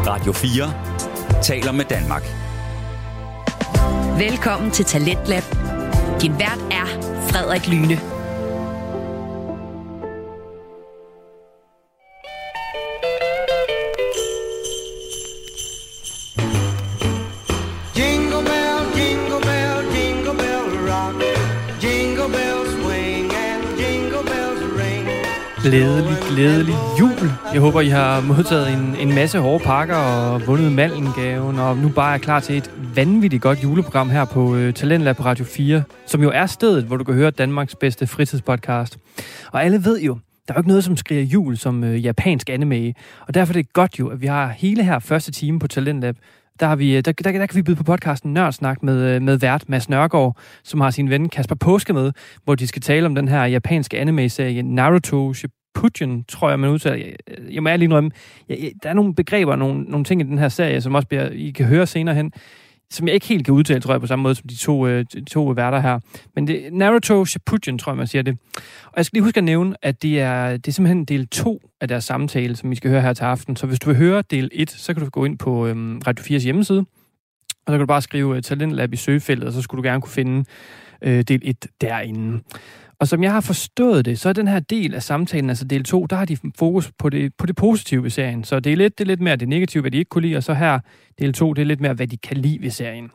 Radio 4 taler med Danmark. Velkommen til Talentlab. Din vært er Frederik Lyne. Glædelig jul. Jeg håber, I har modtaget en masse hårde pakker og vundet Mallengaven, og nu bare er klar til et vanvittigt godt juleprogram her på Talentlab på Radio 4, som jo er stedet, hvor du kan høre Danmarks bedste fritidspodcast. Og alle ved jo, der er jo ikke noget, som skriger jul som japansk anime, og derfor er det godt jo, at vi har hele her første time på Talentlab. Der kan vi byde på podcasten Nørdsnak med vært Mads Nørgaard, som har sin ven Kasper Påske med, hvor de skal tale om den her japanske anime-serie Naruto Shippuden, tror jeg, man udtaler. Jeg må lige indrømme, der er nogle begreber, nogle ting i den her serie, som også I kan høre senere hen, som jeg ikke helt kan udtale, tror jeg, på samme måde som de to værter her. Men det er Naruto Shippuden, tror jeg, man siger det. Og jeg skal lige huske at nævne, at det er simpelthen del 2 af deres samtale, som vi skal høre her til aften. Så hvis du vil høre del 1, så kan du gå ind på Radio 4's hjemmeside, og så kan du bare skrive Talentlab i søgefeltet, og så skulle du gerne kunne finde del 1 derinde. Og som jeg har forstået det, så er den her del af samtalen, altså del 2, der har de fokus på det positive ved serien. Så del 1, det er lidt mere det negative, hvad de ikke kunne lide, og så her, del 2, det er lidt mere, hvad de kan lide ved serien.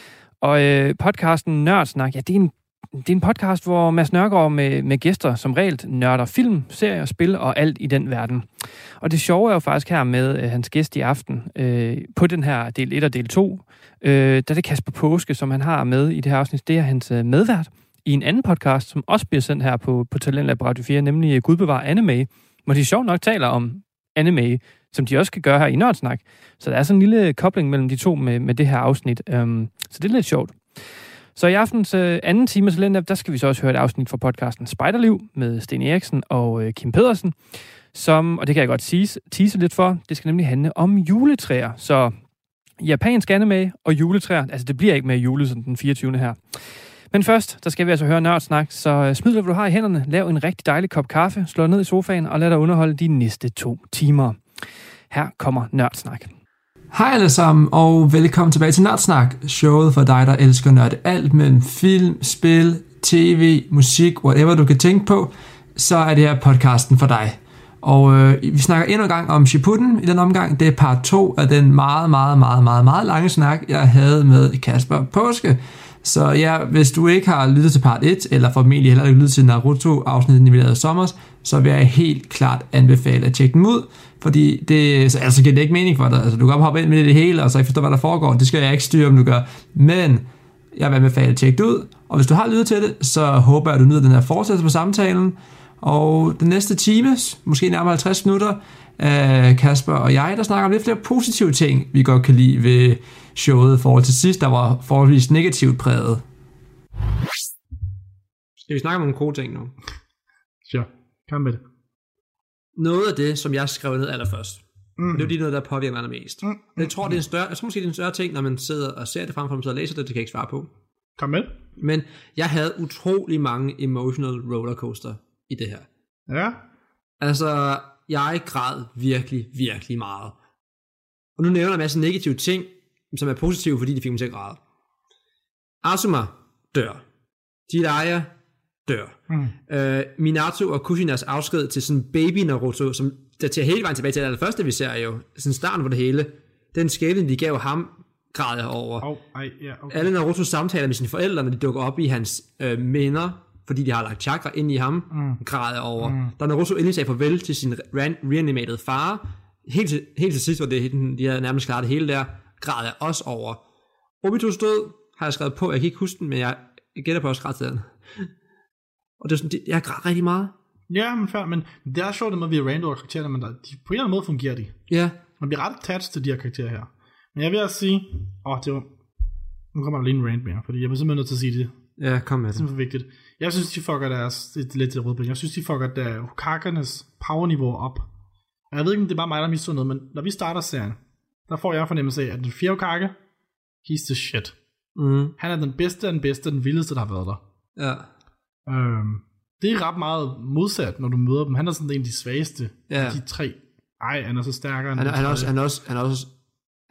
Og podcasten Nørdsnak, ja, det er en podcast, hvor Mads Nørgaard med gæster som regel nørder film, serier, spil og alt i den verden. Og det sjove er jo faktisk her med hans gæst i aften, på den her del 1 og del 2, der er det Kasper Påske, som han har med i det her afsnit, det er hans medvært i en anden podcast, som også bliver sendt her på Talentlab Radio 4, nemlig Gud bevar anime, hvor de sjovt nok taler om anime, som de også kan gøre her i Nørdsnak. Så der er sådan en lille kobling mellem de to med det her afsnit. Så det er lidt sjovt. Så i aftens anden time af Talentlab, der skal vi så også høre et afsnit fra podcasten Spejderliv med Sten Eriksen og Kim Pedersen, og det kan jeg godt tease lidt for, det skal nemlig handle om juletræer. Så japansk anime og juletræer, altså det bliver ikke mere jule som den 24. her. Men først, der skal vi altså høre Nørdsnak, så smid hvad du har i hænderne, lav en rigtig dejlig kop kaffe, slå ned i sofaen og lad dig underholde de næste 2 timer. Her kommer Nørdsnak. Hej alle sammen, og velkommen tilbage til Nørdsnak, showet for dig, der elsker nørde alt mellem film, spil, tv, musik, whatever du kan tænke på, så er det her podcasten for dig. Og vi snakker endnu en gang om Shippuden i den omgang. Det er part 2 af den meget lange snak, jeg havde med Kasper Påske. Så ja, hvis du ikke har lyttet til part 1, eller formentlig heller ikke lyttet til Naruto-afsnittet, vi lavede i sommer, så vil jeg helt klart anbefale at tjekke dem ud, fordi det altså giver det ikke mening for dig. Altså, du kan hoppe ind med det hele, og så ikke forstå, hvad der foregår. Det skal jeg ikke styre, om du gør. Men jeg vil anbefale at tjekke det ud, og hvis du har lyttet til det, så håber jeg, at du nyder den her fortsættelse på samtalen. Og den næste time, måske nærmere 50 minutter, Kasper og jeg, der snakker om lidt flere positive ting, vi godt kan lide ved showet i forhold til sidst, der var forholdsvis negativt præget. Skal vi snakke om nogle gode ting nu? Sure, kom med det. Noget af det, som jeg skrev ned allerførst, det er jo lige noget, der påvirker mig allermest. Jeg tror måske det er en større ting, når man sidder og ser det frem for, man sidder og læser det, det kan jeg ikke svare på. Kom med. Men jeg havde utrolig mange emotional rollercoaster i det her. Ja. Altså, jeg græd virkelig meget. Og nu nævner jeg en masse negative ting, som er positive, fordi de fik mig til at græde. Asuma dør. Jiraiya dør. Minato og Kushinas afsked til sådan baby Naruto, som der til hele vejen tilbage til det allerførste, vi ser jo, sådan starten på det hele, den skæbne, de gav ham, græd jeg over. Okay. Alle Narutos samtaler med sine forældre, når de dukker op i hans minder, fordi de har lagt chakra ind i ham, græd jeg over. Da Naruto endelig sagde farvel til sin reanimated far, helt til sidst, hvor de havde nærmest klaret det hele der, græd jeg også over. Obitos død har jeg skrevet på, jeg kan ikke huske den, men jeg gætter på, at jeg græd til den. Og det er sådan, jeg græd rigtig meget. Ja, men fair, men det er sjovt, at vi er random over karaktererne, men på en eller anden måde fungerer de. Ja. Man bliver ret attached til de her karakterer her. Men jeg vil også sige, nu kommer der lige en rant mere, fordi jeg bliver simpelthen nødt til at sige det. Ja, kom med det. Det er simpelthen vigtigt. Jeg synes, de fucker lidt til rødbænd. Jeg synes, de fucker Hokagernes powerniveau op. Og jeg ved ikke, om det er bare mig, der mister noget, men når vi starter serien, der får jeg fornemmelse af, at den 4. Hokage, he's the shit. Han er den bedste, den vildeste, der har været der. Ja. Det er ret meget modsat, når du møder dem. Han er sådan en af de svageste af de 3. Han er så stærkere end han er også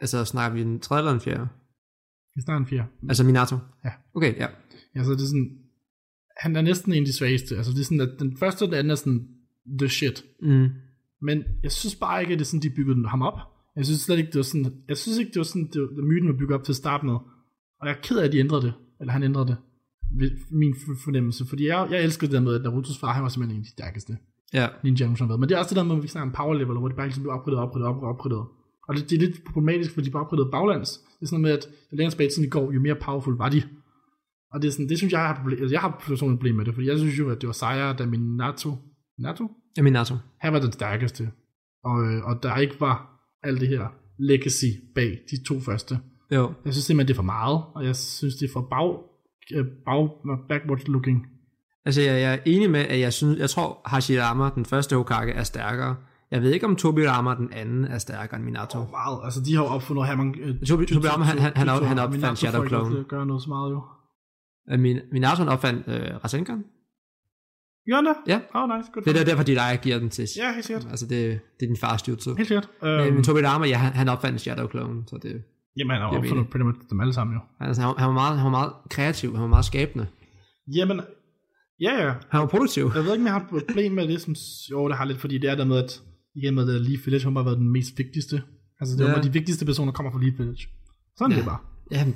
Altså snakker vi den 3. eller den 4? Vi snakker en 4. Altså Minato? Ja. Okay, ja. Ja, så det er sådan, han er næsten en af de svageste. Altså det er sådan, at den første og den anden er sådan the shit. Mm. Men jeg synes bare ikke, at det er sådan, de byggede ham op. Jeg synes slet ikke, det var sådan, det myten var bygget op til at starte med. Og jeg er ked af, at de ændrede det. Eller han ændrede det. Ved min fornemmelse. Fordi jeg elskede det der med, at Narutos far, han var simpelthen en af de stærkeste. Ja. Ninja, men det er også det der med, at vi snakker om power level, hvor de bare bliver opgraderet. Og det er lidt problematisk, fordi de bare opgraderet baglands. Det er sådan med, at jo længere tilbage i går, jo mere powerful var de. Og det er sådan, det synes jeg har personligt problem med det, fordi jeg synes jo, at det var sejere, da Minato? Ja, Minato. Han var den stærkeste. Og der ikke var alt det her legacy bag de to første. Jo. Jeg synes simpelthen, det er for meget, og jeg synes, det er for backwards looking. Altså, jeg er enig med, at jeg tror, Hashirama, den første Hokage, er stærkere. Jeg ved ikke, om Tobirama, den anden, er stærkere end Minato. Wow, altså de har jo opfundet her mange... Tobirama, han opfandt Shadow Clone. Minato gør noget så meget jo. Minato opfandt Rasengan. Gør han det? Ja. Nice. Good. Det er derfor, dit ejer giver den til. Ja, helt sikkert. Altså, det er din fars jutsu. Helt sikkert. Men Tobirama, ja, han opfandt Shadow Clone, så det... Jamen, han har opfundet pretty much dem alle sammen jo. Altså, han var meget kreativ, han var meget skabende. Jamen, ja. Han var produktiv. Jeg ved ikke, om jeg har et problem med det, som... Jo, det har lidt, fordi det er der med, at igen med Leaf Village, hun har været den mest vigtigste. Altså, det var de vigtigste personer, kommer fra Leaf Village. Sådan er det bare. Jamen,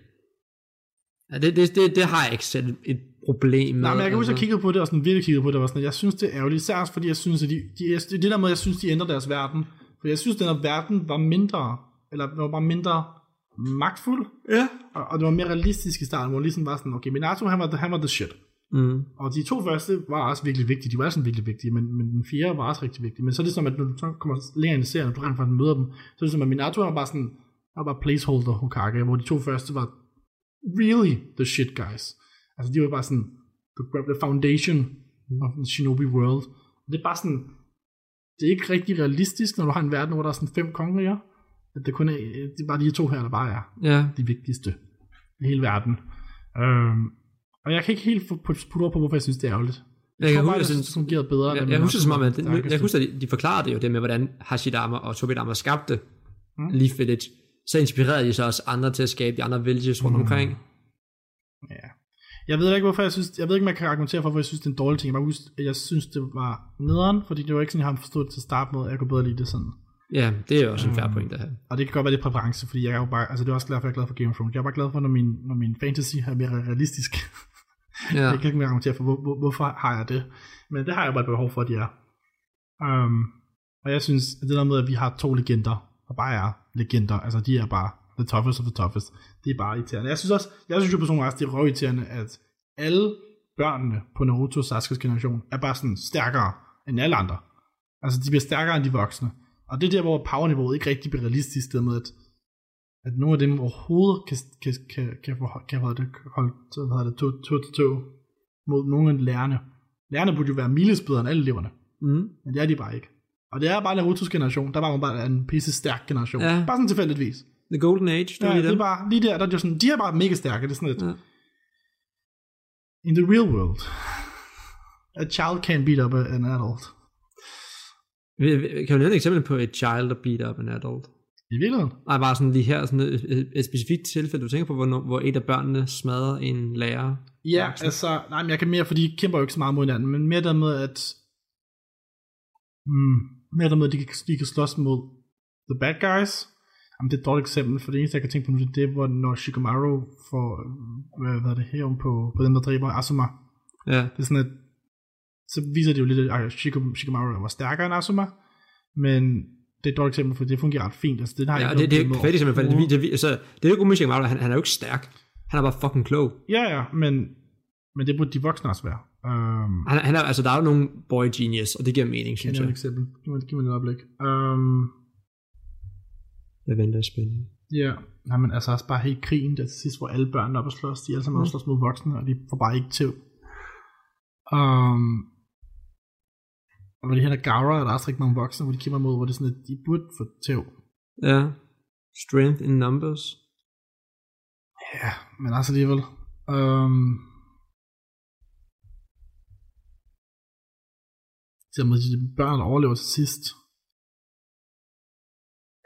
det har jeg ikke selv et problem med. Nej, men jeg kan huske, at jeg kiggede på det, og sådan virkelig kiggede på det, og sådan, jeg synes, det er ærgerligt, især også fordi jeg synes, at det der med, jeg synes, de ændrer deres verden. For jeg synes, at den her verden var mindre magtfuld. Ja. Og det var mere realistisk i starten, hvor ligesom var sådan, okay, Minato, han var the shit. Mm. Og de to første var også virkelig vigtige, de var sådan virkelig vigtige, men den fjerde var også rigtig vigtig. Men så er det som, at når du så kommer længere ind i serien, og du rent faktisk møder dem, så er det som, at Minato var bare sådan, han var bare placeholder Hokage, hvor de to første var really the shit guys. Altså de var bare sådan, the foundation of the shinobi world. Og det er bare sådan, det er ikke rigtig realistisk, når du har en verden, hvor der er sådan 5 kongeriger, at det kun er, det er bare de to her, der bare er de vigtigste i hele verden. Og jeg kan ikke helt få putte på, hvorfor jeg synes, det er ærgerligt. Jeg husker, det fungerede bedre. Jeg husker, at de forklarede det jo, det med, hvordan Hashirama og Tobirama skabte Leaf Village. Så inspirerede de så også andre til at skabe de andre villages rundt omkring. Ja. Jeg ved ikke, om jeg kan argumentere for, hvorfor jeg synes, det er en dårlig ting. Jeg synes, det var nederen, fordi det var ikke sådan, jeg har forstået det til at starte med. Jeg kunne bedre lide det sådan. Ja, det er jo også en fair point, det her. Og det kan godt være, det er præference, fordi jeg er jo bare, altså det er også glad for, jeg er glad for Game of Thrones. Jeg er bare glad for, når min fantasy er mere realistisk. Ja. Jeg kan ikke mere argumentere for, hvorfor har jeg det. Men det har jeg bare et behov for, at de er. Og jeg synes, at det der med, at vi har 2 legender, og bare er legender, altså de er bare the toughest of the toughest. Det er bare irriterende. Jeg synes jo personligt også, det er røvirriterende, at alle børnene på Naruto Sasuke's generation er bare sådan stærkere end alle andre. Altså de bliver stærkere end de voksne. Og det er der, hvor powerniveauet ikke rigtig bliver realistisk, det med, at nogle af dem overhovedet kan holde to mod nogle af lærerne. Lærerne burde jo være miles bedre end alle eleverne. Men det er de bare ikke. Og det er bare Narutos generation, der var man bare en pisse stærk generation. Ja. Bare sådan tilfældigvis. The Golden Age, det er bare lige der er det sådan, de er bare mega stærke, det er sådan et. Ja. In the real world, a child can't beat up an adult. Kan du nævne et eksempel på et child that beat up an adult? I virkeligheden? Nej, bare sådan lige her, sådan et specifikt tilfælde, du tænker på, hvor et af børnene smadrer en lærer. Ja, altså, nej, men jeg kan mere, fordi de kæmper jo ikke så meget mod hinanden, men mere der med, at de kan slås mod the bad guys. Jamen, det er et dårligt eksempel, for det eneste, jeg kan tænke på nu, det er, hvor når Shikamaru får, hvad er det her, på dem, der dræber Asuma. Ja. Det er sådan, at så viser det jo lidt, at Shikamaru var stærkere end Asuma, men det er et dårligt eksempel, for det fungerer ret fint. Altså, det har det er perfekt eksempel, for det er jo ikke umuligt, Shikamaru, han er jo ikke stærk. Han er bare fucking klog. Ja, men det burde de voksne også være. Han er, altså, der er jo nogle boy genius, og det giver mening, synes jeg. Et eksempel. Giv mig et øjeblik. Jeg venter spændende. Ja, nej, men altså også bare helt krigen, der til sidst, hvor alle børnene op og slås, de alle sammen slås mod voksne, og de får bare ikke tæv. Og hvor det her der Gaara, er der også rigtig mange voksne, hvor de kæmper mod, hvor det er sådan, at de burde få tæv. Ja, strength in numbers. Ja, men altså alligevel. Så med de børn, der overlever til sidst.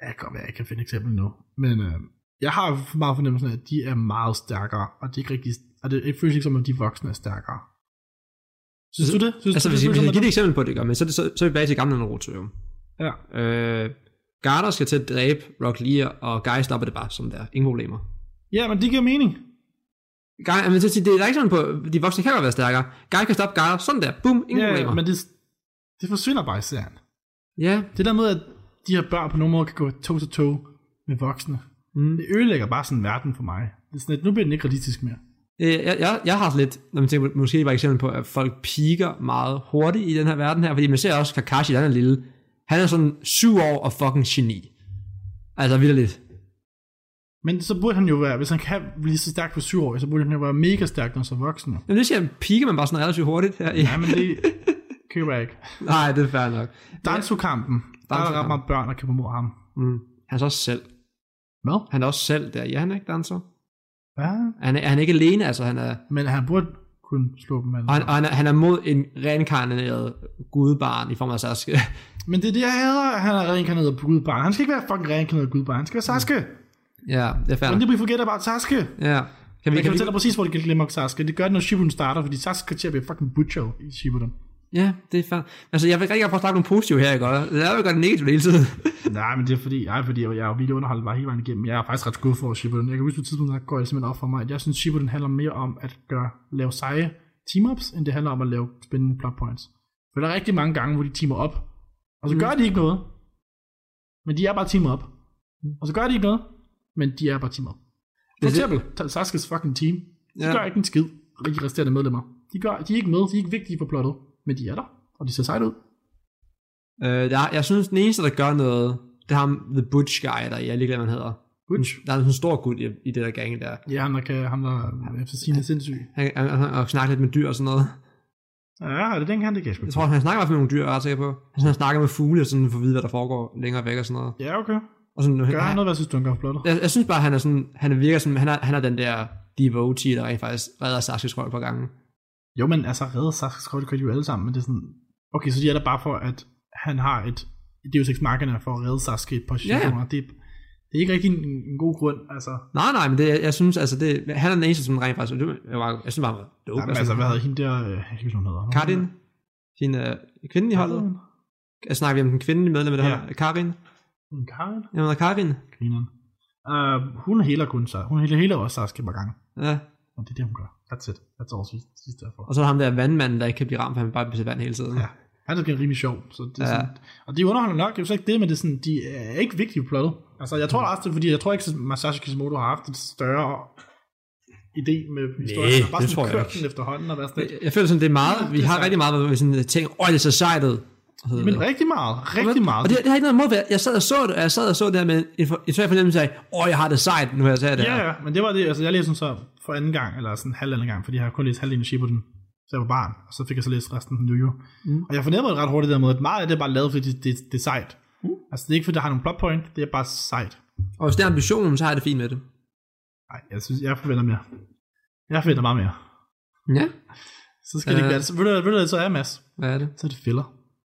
Jeg kan godt være, jeg kan finde et eksempel nu. Men jeg har meget fornemmelsen af, at de er meget stærkere, og det er ikke rigtig, og det føles ikke som, at de voksne er stærkere. Synes du det? Altså, hvis jeg giver et eksempel på det, men så er vi tilbage til gamle Naruto, jo. Ja. Garter skal til at dræbe Rock Lee, og Guy stopper det bare, som der. Ingen problemer. Ja, men det giver mening. Guy, men det er ikke sådan på, de voksne kan godt være stærkere. Guy kan stoppe Garter, sådan der. Boom, ingen problemer. Men det forsvinder bare i serien. Ja. Det der med, at de her børn på nogen måde kan gå toe til toe med voksne, det ødelægger bare sådan en verden for mig. Det er sådan, at nu bliver den ikke realistisk mere. Jeg har lidt, når man tænker, måske bare eksempel på, at folk piker meget hurtigt i den her verden her, fordi man ser også Kakashi, han er lille. Han er sådan 7 år og fucking geni. Altså vildt. Men så burde han jo være, hvis han kan blive så stærk på 7 år, så burde han jo være mega stærk, når så voksen. Jamen det siger, piker man bare sådan relativt hurtigt her. Ja, men det køber jeg ikke. Nej, det er fair nok. Dansu-kampen, der er der ret meget børn, der kan mod ham. Han er så også selv. Hvad? Han er også selv der. Ja, han er ikke danser. Ja. Han er ikke alene, altså han er... Men han burde kunne slå dem alle. Og han er mod en reinkarneret gudbarn i form af Sasuke. Men det er det, jeg hader, han er reinkarneret gudbarn. Han skal ikke være fucking reinkarneret gudbarn. Han skal være Sasuke. Ja, det er fair. Men det bliver forget about Sasuke. Ja. Kan vi fortælle dig præcis, hvor det kan glemme Sasuke. Det gør det, når Shippuden starter, fordi Sasuke kan til at blive fucking butcher i Shippuden. Ja, det er fair. Altså, jeg vil ikke få snakke nogle positive her, ikke? Det er jo godt negativt hele tiden. Nej, men det er fordi, jeg er jo virkelig underholdt bare hele vejen igennem. Jeg er faktisk ret skuffet for Shippuden. Jeg kan huske på tidspunkt, der går det simpelthen op for mig, at jeg synes, Shippuden handler mere om at lave seje team-ups, end det handler om at lave spændende plot points. For der er rigtig mange gange, hvor de teamer op, og så gør de ikke noget. Men de er bare teamet op. Og så gør de ikke noget, men de er bare teamet op. For eksempel, Sasuke's fucking team. De gør ikke en skid, og de resterende medlemmer. De er ikke med, de er ikke vigtige for plottet, men de er der, og de ser sejt ud. Jeg synes, den eneste, der gør noget, det er ham, The Butch Guy, der jeg lige glemmer, han hedder. Butch? Der er en stor gut i det der gang der. Ja, ham der efter sin er sindssyg. Han snakker lidt med dyr og sådan noget. Ja, det kan det jeg tror, han snakker i hvert fald med nogle dyr, jeg er ret sikker på. Han snakker med fugle og sådan, for at vide, hvad der foregår længere væk og sådan noget. Ja, okay. Og sådan, gør han noget, hvad synes du, han gør for plottet? Jeg synes bare, han virker sådan, han er den der devotee, der rent faktisk redder Sasuke's røv på gangen. Jo, men altså redder Sasuke's røv, det gør de jo alle sammen, men det er sådan, okay, så de er der bare for, at han har et Deus Ex Machina for at redde Sasuke et par situationer. Ja. Det er ikke rigtig en god grund, altså. Nej, men jeg synes, altså, han er den eneste, som rent faktisk, jeg synes bare, det var altså, hvad havde hende der, jeg kan ikke huske, hedder. Karin, hende kvinden i holdet. Jeg snakker vi om den kvindelige medlem af det her, Karin. Karin? Ja, hun er Karin. Hun heler kun sig. Hun heler også Sasuke på gang. Ja. Og det er det, hun gør. That's it. That's all she's there for. Og så er ham der vandmanden, der ikke kan blive ramt, for han bare bliver vand hele tiden. Ja. Han er rimelig sjov. Så det er sådan, og de underholder nok, det er jo så ikke det, men det er sådan, de er ikke vigtige på plottet. Altså, jeg tror også, det er, fordi jeg tror ikke, at Masashi Kishimoto har haft et større idé med historien. Nej, bare det tror jeg ikke. Efterhånden og jeg føler sådan, det er meget, vi har rigtig meget, hvor vi sådan tænker, det er så sejt ud. Men rigtig meget. Og det har ikke noget måde, jeg sad og så det her med en svær fornemmelse af, jeg har det sejt, nu har jeg taget det her. Ja, men det var det, altså jeg læste så for anden gang, eller sådan halvanden gang, fordi jeg har kun læst halvdelen af Shippuden, så jeg var barn, og så fik jeg så læst resten af Yu. Og jeg fornemmede det ret hurtigt der med, at meget af det er bare lavet, fordi det er sejt. Altså det er ikke, fordi der har nogle plot point, det er bare sejt. Og hvis det er ambitionen, så har jeg det fint med det. Nej, jeg synes, jeg forventer mere. Jeg forventer meget mere. Ja. Så skal det ikke være, ved du det så er, Mads? Hvad er det? Så er det filler.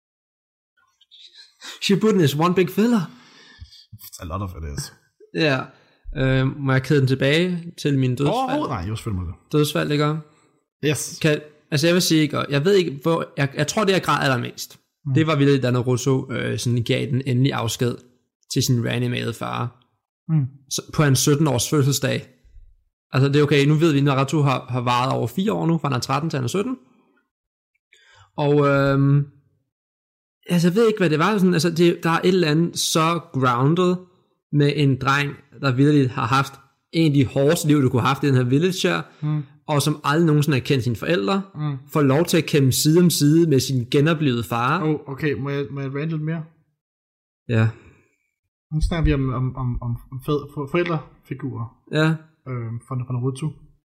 Shippuden is one big filler. A lot of it is. Ja. Må jeg kæde den tilbage til min dødsfald? Nej, jo selvfølgelig må det. Dødsfald, ikke? Yes. Altså jeg vil sige, ikke, jeg ved ikke, hvor... Jeg tror, det jeg græd allermest. Det var vildt, da Naruto sådan gav den endelig afsked til sin reanimated far. På hans 17-års fødselsdag. Altså det er okay, nu ved vi, at Naruto har varet over 4 år nu, fra han er 13 til han er 17. Og... Altså jeg ved ikke hvad det var sådan, altså der er et eller andet så grounded med en dreng der virkelig har haft en af de hårdeste liv du kunne have haft i den her village her, og som aldrig nogensinde har kendt sine forældre, får lov til at kæmpe side om side med sin genoplevede far. Okay, må jeg rante lidt mere? Ja. Nu snakker vi om forældrefigurer. Ja. Fra Naruto.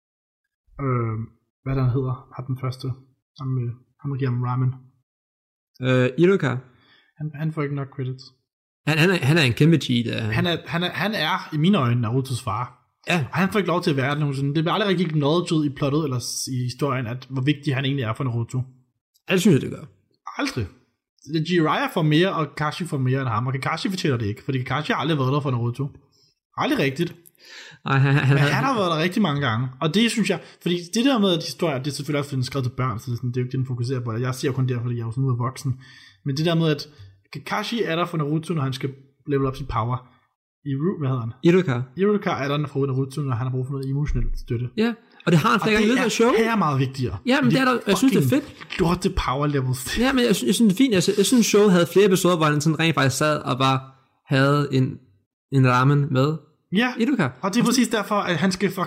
Hvad der hedder, har den første ham der giver ham ramen. Iruka. Han får ikke nok credits. Han er en kæmpe G. Han er i mine øjne Narutos far. Ja. Og han får ikke lov til at være det. Det bliver aldrig rigtig noget i plottet eller i historien, at hvor vigtig han egentlig er for Naruto. Jeg synes, det gør. Aldrig. Jiraiya får mere, og Kakashi får mere end ham, og Kakashi fortæller det ikke, fordi Kakashi har aldrig været der for Naruto. Aldrig rigtigt. Ej, men han har været der rigtig mange gange, og det synes jeg, fordi det der med, at historier, det er selvfølgelig også, fordi den er skrevet til børn, så det er jo ikke det, den fokuserer på. Jeg siger kun der, fordi jeg er jo sådan nu er voksen. Men det der med, at Kakashi er der for Naruto, når han skal level op sin power. Hvad hedder han? Iruka er der for Naruto, når han har brug for noget emotionelt støtte. Ja, og det har han flere gange i løbet af show. Det er meget vigtigere. Ja, men det er der, jeg synes, det er fedt. Lorte power levels. Ja, men jeg synes, det er fint. Jeg synes, show havde flere episoder, hvor han sådan rent faktisk sad og bare havde en ramen med Iruka. Og det er præcis derfor, at han skal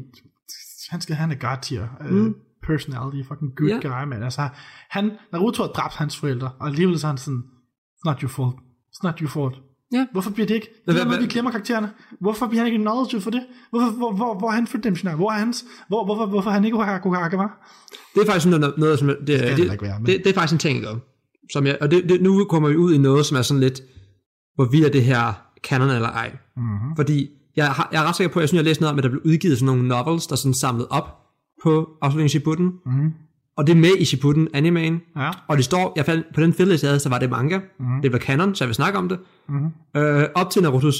han er god tier. Personality, fucking good guy, man. Altså, Naruto har dræbt hans forældre, og alligevel så er han sådan, it's not your fault. Ja. Hvorfor bliver det ikke? Det er noget, vi glemmer karaktererne. Hvorfor bliver han ikke knowledge for det? Hvor er han for dem? Hvor er hans? Hvorfor er han ikke Hokage, var? Det er faktisk noget som det er faktisk en ting, som jeg, og nu kommer vi ud i noget, som er sådan lidt, hvorvidt er det her canon eller ej. Mm-hmm. Fordi jeg er ret sikker på, at jeg læste noget om, at der blev udgivet sådan nogle novels, der sådan samlet op på afslutningen Shippuden. Mm-hmm. Og det er med i Shippuden animeen. Ja. Og det står, i hvert fald på den fælles jeg havde, så var det manga. Mm-hmm. Det var canon, så jeg vil snakke om det. Mm-hmm. Op til Narutos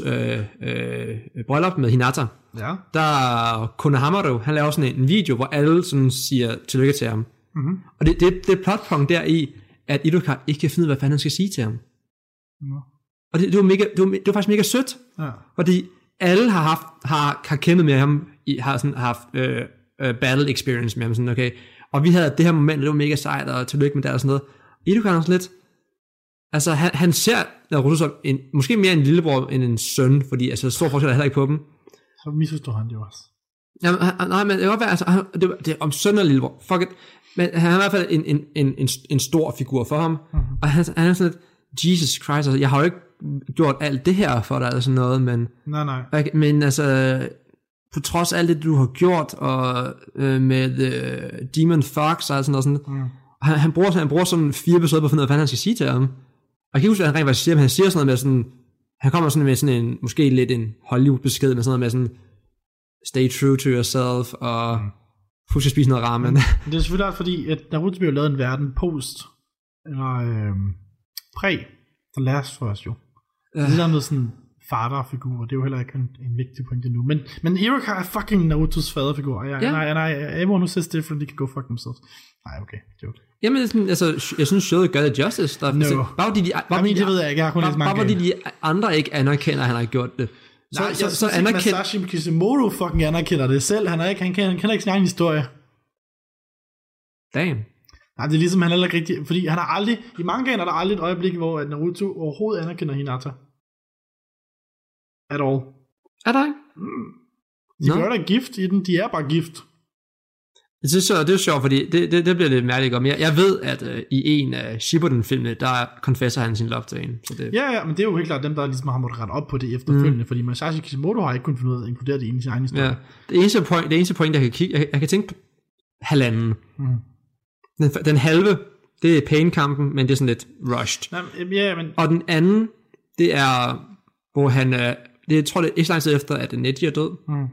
bryllup med Hinata. Ja. Der Konohamaru, han laver sådan en video, hvor alle sådan siger tillykke til ham. Mm-hmm. Og det plotpunkt der i, at Iruka ikke kan finde ud af, hvad fanden han skal sige til ham. Mm-hmm. Og det var faktisk mega sødt. Ja. Fordi alle har kæmpet med ham, har haft battle experience med ham, sådan okay. Og vi havde det her moment, det var mega sejt, og tillykke med det og sådan noget. Iruka er også lidt, altså han ser Naruto som måske mere en lillebror end en søn, fordi altså stor forskel er heller ikke på dem. Så misforstår han det også. Jamen, nej, men det kan godt være, altså, det er om søn og lillebror, fuck it. Men han er i hvert fald en stor figur for ham, og han er sådan lidt, Jesus Christ, altså, jeg har jo ikke gjort alt det her for dig, eller sådan noget, men... Nej. Men altså... På trods af alt det, du har gjort, og med Demon Fox og sådan noget. Han bruger sådan 4 episoder på at finde ud af, hvad han skal sige til ham. Og jeg kan ikke huske, hvad han rent faktisk siger, men han siger sådan noget med sådan, han kommer sådan med sådan en, måske lidt en Hollywood-besked med sådan noget med sådan, stay true to yourself, og husk at spise noget ramen. Det er selvfølgelig også fordi, at Naruto bliver lavet en verden post, eller præ, The Last of Us jo. Det der med sådan, faderfigur, det er jo heller ikke en vigtig point endnu. Men Iruka er fucking Narutos faderfigur, og everyone who says different, they can go fuck themselves. Nej, okay, joke. Jamen, altså, jeg synes, showet gør det justice. Bare fordi de andre ikke anerkender, at han har gjort det. Så anerkender... Masashi Kishimoto fucking anerkender det selv. Han kender ikke sin egen historie. Damn. Nej, det er ligesom, han heller ikke rigtig... Fordi han har aldrig... I mangaen er der aldrig et øjeblik, hvor Naruto overhovedet anerkender Hinata. At all. Er der ikke? De gør da gift i den, de er bare gift. Det er sjovt, fordi det bliver lidt mærkeligt om. Jeg ved, at i en af Shippuden-filmene, der confesser han sin love til en. Ja, men det er jo helt klart dem, der ligesom har måttet rette op på det efterfølgende, fordi Masashi Kishimoto har ikke kun fundet ud af at inkludere det i sin egen historie. Ja. Det eneste point, jeg kan tænke på halvanden. Den halve, det er Pain-kampen, men det er sådan lidt rushed. Men... Og den anden, det er, hvor han... jeg tror, det er ikke lang tid efter, at Neji er død.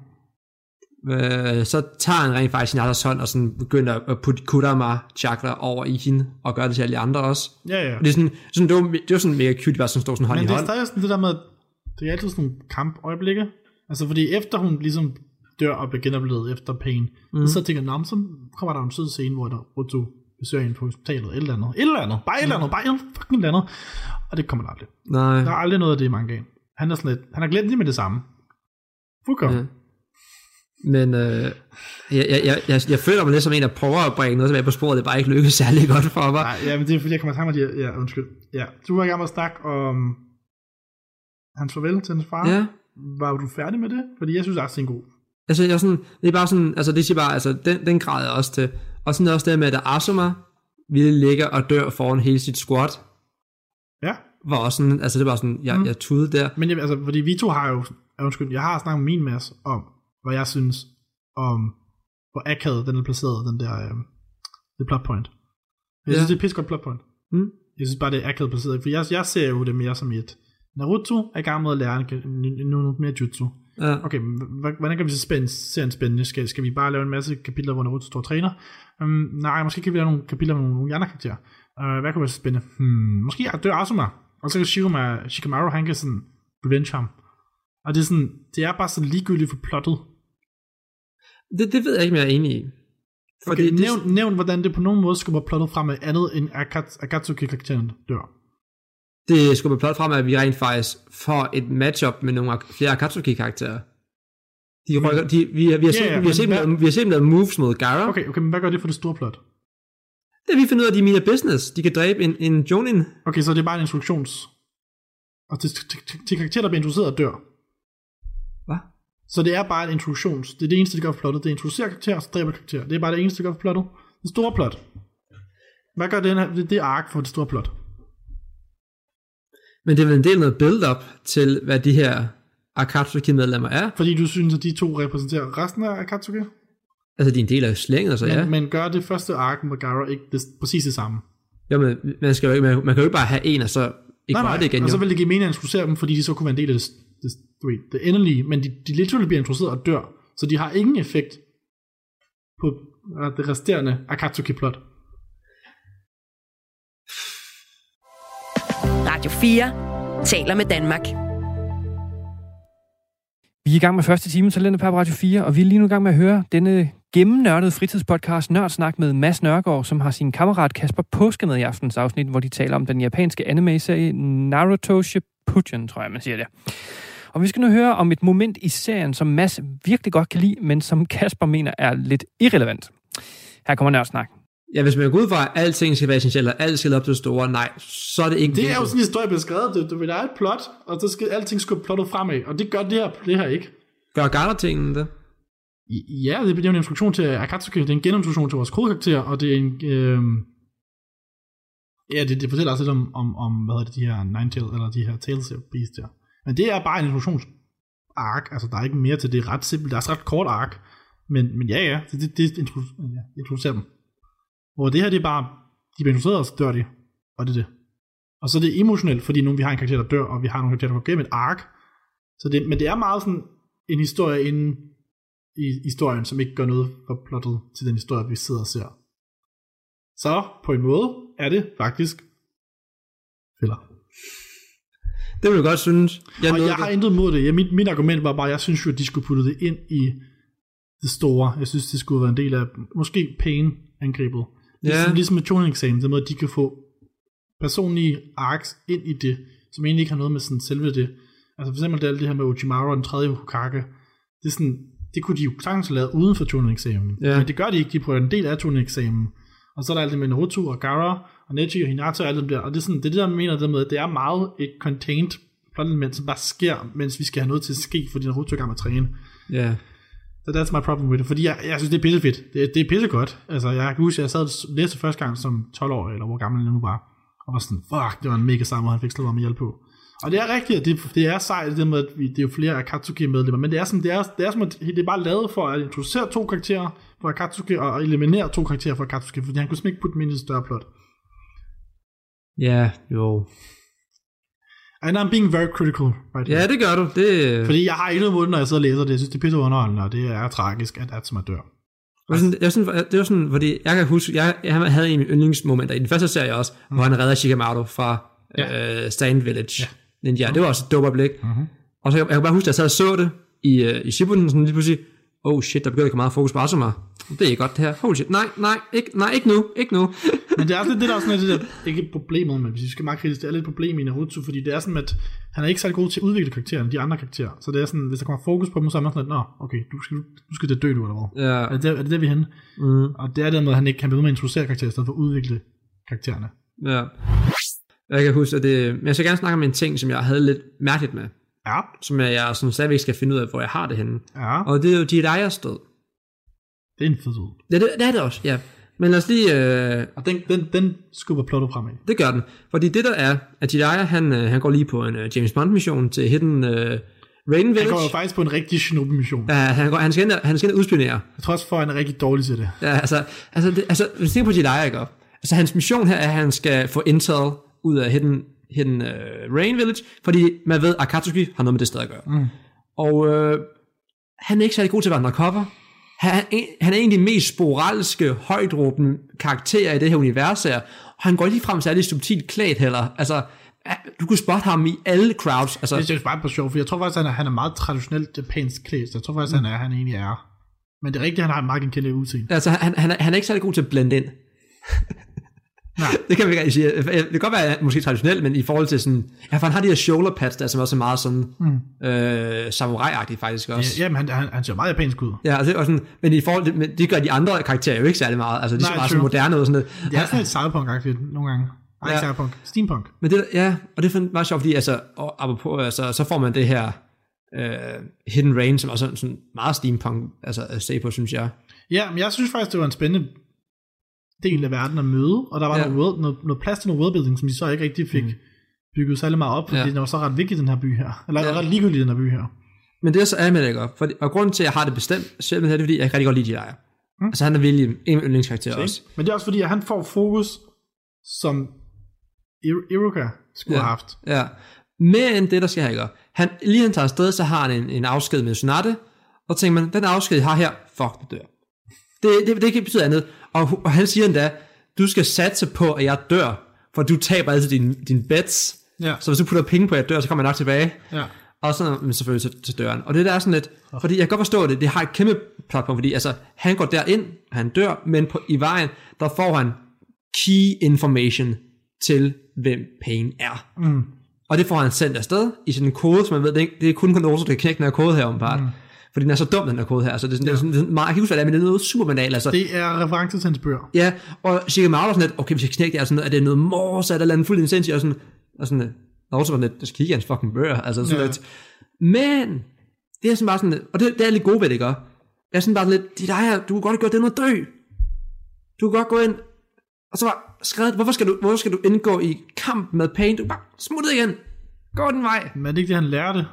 Så tager han rent faktisk sin andres hånd, og sådan begynder at putte Kurama chakra over i hende, og gøre det til alle de andre også. Ja. Og det er sådan, det var sådan mega cute, bare sådan står sådan hånd i hånd. Men det er stadig sådan det der med, det er altid sådan nogle kampøjeblikke. Altså fordi efter hun ligesom dør og bliver genoplevet efter Pain, så tænker jeg, så kommer der en sød scene, hvor Naruto besøger hende på hospitalet, et eller andet, bare fucking et eller andet. Og det kommer der aldrig. Nej. Der er aldrig noget af det i mangaen. Han er sådan lidt, han har glemt lige med det samme. Fuck. Ja. Men jeg føler mig lidt som en, der prøver at bringe noget tilbage på sporet, det bare ikke lykkes særlig godt for mig. Nej, ja, men det er fordi, jeg kommer sammen med undskyld. Ja, du var i gang med at snakke om hans farvel til hans far. Ja. Var du færdig med det? Fordi jeg synes også, det er en god. Altså, jeg er sådan, det er bare sådan, altså det siger bare, altså den græder jeg også til. Og sådan også det med, at Asuma ville ligge og dør foran hele sit squad. Ja. Var også sådan, altså det var sådan, jeg tudede der. Men altså, fordi vi to har jo, undskyld, jeg har snakket med min masse om, hvad jeg synes om, hvor akavet den er placeret, den der, det plot point. Jeg synes, det er et pissegodt plot point. Jeg synes bare, det er akavet placeret, for jeg ser jo det mere som et, Naruto er i gang med at lære noget mere jutsu. Ja. Okay, hvordan kan vi så serien spændende? Skal vi bare lave en masse kapitler, hvor Naruto står og træner? Nej, måske kan vi lave nogle kapitler med nogle andre karakterer. Hvad kunne være så spændende? Måske dør Asuma, og så kan Shikamaru, han kan sådan revenge ham. Og det er sådan, det er bare så ligegyldigt for plottet. Det ved jeg ikke, om jeg er enig i. Fordi nævn, hvordan det på nogen måde skubber plottet frem med andet end Akatsuki-karakteren dør. Det skubber plottet frem, at vi rent faktisk får et matchup med nogle flere Akatsuki-karakterer. Vi har set dem lave moves mod Gaara. Okay, men hvad gør det for det store plot? Det vi finder ud af, at de er mere business. De kan dræbe en Jonin. Okay, så det er bare en introduktions... Og til karakterer, der bliver introduceret, dør. Hvad? Så det er bare en introduktions... Det er det eneste, det gør for plottet. Det er introducerer karakterer, og så dræber karakterer. Det er bare det eneste, det gør for plottet. Det store plot. Hvad gør det ark for det store plot? Men det er vel en del af noget build-up til, hvad de her Akatsuki-medlemmer er. Fordi du synes, at de to repræsenterer resten af Akatsuki? Altså, de er en del af slænget, så ja. Men gør det første ark med Gaara ikke præcis det samme? Jo, men man kan jo ikke bare have en, og så ikke gøre det igen. Og så vil det give mening at introducere dem, fordi de så kunne være en del af det endelige, men de literally bliver introduceret og dør, så de har ingen effekt på det resterende Akatsuki-plot. Radio 4 taler med Danmark. Vi er i gang med første time Talentet på Radio 4, og vi er lige nu i gang med at høre denne gennemnørdede fritidspodcast Nørdsnak med Mads Nørgaard, som har sin kammerat Kasper Påske med i aftens afsnit, hvor de taler om den japanske anime-serie Naruto Shippuden, tror jeg, man siger det. Og vi skal nu høre om et moment i serien, som Mads virkelig godt kan lide, men som Kasper mener er lidt irrelevant. Her kommer Nørdsnak. Ja, hvis man går ud fra, at alting skal være essentielt, og alt skal op til det store, nej, så er det ikke... Det er jo sådan en historie beskrevet. Du vil have et plot, og så skal alting skubbe plottet fremad, og det gør det her ikke. Gør Gaara-tingene det? Ja, det er en introduktion til Akatsuki, det er en genintroduktion til vores kodekarakter, og det er en... det fortæller også lidt om hvad hedder det, de her Ninetales, eller de her Tales of Beast der. Men det er bare en introduktionsark, altså der er ikke mere til det, er ret simpelt, det er ret kort ark, men ja, det introducerer dem. Hvor det her, det er bare, de bliver introduceret, og så dør de, og det er det. Og så er det emotionelt, fordi nu vi har en karakter, der dør, og vi har nogle karakterer, der går gennem et ark. Men det er meget sådan en historie inden i historien, som ikke gør noget for plottet til den historie, vi sidder og ser. Så på en måde er det faktisk fælder. Det vil du godt synes. Jeg har intet mod det. Mit argument var bare, jeg synes jo, at de skulle putte det ind i det store. Jeg synes, det skulle være en del af, måske pain-angrebet. Ligesom med Chunin-eksamen, den måde, de kan få personlige arcs ind i det, som egentlig ikke har noget med sådan selve det. Altså for eksempel det her med Orochimaru og den tredje Hokage. Det er sådan, det kunne de jo sagtens have lavet uden for Chunin-eksamen. Ja. Men det gør de ikke, de prøver en del af Chunin-eksamen. Og så er der alt det med Naruto og Gaara og Neji og Hinata og alt det der. Og det er sådan, det er det der, man mener det med, at det er meget et contained plot-element, som bare sker, mens vi skal have noget til at ske, fordi Naruto er i gang med at træne. Ja. Så that's my problem with it. Fordi jeg synes, det er pissefedt. Det er pissegodt. Altså, jeg kan huske, jeg sad og læste første gang som 12-årig, eller hvor gammel jeg nu var. Og var sådan, fuck, det var en mega sejr, han fik slået mig med hjælp på. Og det er rigtigt, det er sejt, det med, at det er jo flere Akatsuki-medlemmer, men det er som at det er bare lavet for at introducere to karakterer for Akatsuki, og eliminere to karakterer for Akatsuki, fordi han kunne simpelthen ikke putte dem ind i et større plot. Ja, jo. And I'm being very critical right now. Ja, det gør du. Fordi jeg har ikke noget mod, når jeg sidder og læser det. Jeg synes, det er pisse underholdende, og det er tragisk, at Atsuma dør. Det var sådan, fordi jeg kan huske, jeg havde en af mine yndlingsmomenter i den første serie også, hvor han redder Shikamaru fra Sand Village. Ninja. Det var også et dope øjeblik. Og så jeg kan bare huske, at jeg sad og så det i Shippuden, sådan lige pludselig, oh shit, der begynder at komme meget fokus på Asuma. Det er godt det her. Holy shit. Ikke nu. Men det er også lidt det der, sådan, det der ikke problemet, men hvis vi skal meget kritisk, det er lidt et problem i Naruto, fordi det er sådan, at han er ikke særlig god til at udvikle karaktererne, de andre karakterer. Så det er sådan, hvis der kommer fokus på dem, så er man sådan, at okay, du skal dø nu, eller hvad? Ja. Er det der, vi er henne? Og det er den måde, han ikke kan blive med at introducere karakterer, i stedet for at udvikle karaktererne. Ja. Jeg kan huske, at men jeg skal gerne snakke om en ting, som jeg havde lidt mærkeligt med. Ja. Som jeg sådan stadigvæk skal finde ud af, hvor jeg har det henne. Ja. Og det er jo Jiraiya's død. Det er en fed ud. Ja, det er det også, ja. Men lad os lige... Og den skubber plottet fremad. Det gør den. Fordi det der er, at Jiraiya, han går lige på en James Bond-mission til Hidden Raiden Village. Han går jo faktisk på en rigtig Shinobi-mission. Ja, han skal ind og udspionere. Jeg tror også for, at han er rigtig dårlig til det. Ja, hvis du tænker på Jiraiya, ikke? Altså hans mission her er, at han skal få intel ud af Hidden Hidden Rain Village, fordi man ved, at Akatsuki har noget med det sted at gøre. Og han er ikke særlig god til at være undercover. Han er egentlig mest sporadiske, højdråbende karakter i det her univers her, og han går lige frem særlig subtilt klædt heller. Altså, du kunne spotte ham i alle crowds. Altså, det er bare på sjov, for jeg tror faktisk, at han er meget traditionelt japansk klædt. Jeg tror faktisk, at han egentlig er. Men det er rigtigt, han har en meget genkendeligt udseende. Altså, han er ikke særlig god til at blende ind. Nej. Det kan vi ikke sige. Det kan godt være måske traditionelt, men i forhold til sådan... Ja, for han har de her shoulder pads, der som også er meget sådan... samurai-agtigt faktisk også. Ja, men han ser meget japansk ud. Ja, altså, og sådan, men i forhold til... Men de gør de andre karakterer jo ikke særlig meget. Altså, de er meget sådan moderne og sådan noget. Det er sådan et cyberpunk-agtigt nogle gange. Nej, cyberpunk. Steampunk. Men det, ja, og det er meget sjovt, fordi altså, apropos, altså, så får man det her Hidden Rain, som også er sådan meget steampunk altså, at se på, synes jeg. Ja, men jeg synes faktisk, det var en spændende del af verden at møde, og der var noget plads til noget worldbuilding, som de så ikke rigtig fik bygget særlig meget op, fordi den var så ret vigtig, den her by her. Eller ret ligegyldig, den her by her. Men det er så er med det ikke. Og grunden til, at jeg har det bestemt selv med det, er fordi, jeg kan rigtig godt lide Jiraiya. Altså han er virkelig en yndlingskarakter også. Men det er også fordi, at han får fokus, som Iruka skulle have haft. Ja, men det der skal ikke. Lige han tager afsted, så har han en afsked med Tsunade, og tænker man, den afsked, jeg har her, fuck, det dør. Det kan ikke betyde andet. Og han siger endda, du skal satse på, at jeg dør, for du taber altid din bets. Ja. Så hvis du putter penge på, at jeg dør, så kommer jeg nok tilbage. Ja. Og så men selvfølgelig til døren. Og det der er sådan lidt, fordi jeg kan godt forstå det har et kæmpe plotpunkt, fordi altså, han går derind, han dør, men i vejen, der får han key information til, hvem Pain er. Og det får han sendt afsted i sådan en kode, som man ved, det er kun Konosuke, der kan knække den her kode her åbenbart. Fordi den er så dum, den her kode her. Så det er sådan meget, jeg kan huske, hvad det er, men det er noget super banalt. Altså. Det er reference til hans bøger. Ja, og Shikamaru er sådan lidt, okay, hvis jeg knækker det, er sådan, er det noget morsat eller andet fuldt insensi, og sådan også var lidt, der skal kigge hans fucking bøger, altså sådan lidt. Men, det er sådan bare sådan, og det er lidt gode ved det, ikke? Jeg er sådan bare lidt, det er dig her, du kan godt gøre det noget dø. Du kan godt gå ind, og så var skrevet, hvorfor skal du indgå i kamp med Pain? Du bare smuttet igen. Gå den vej. Men er det ikke det, han lærte?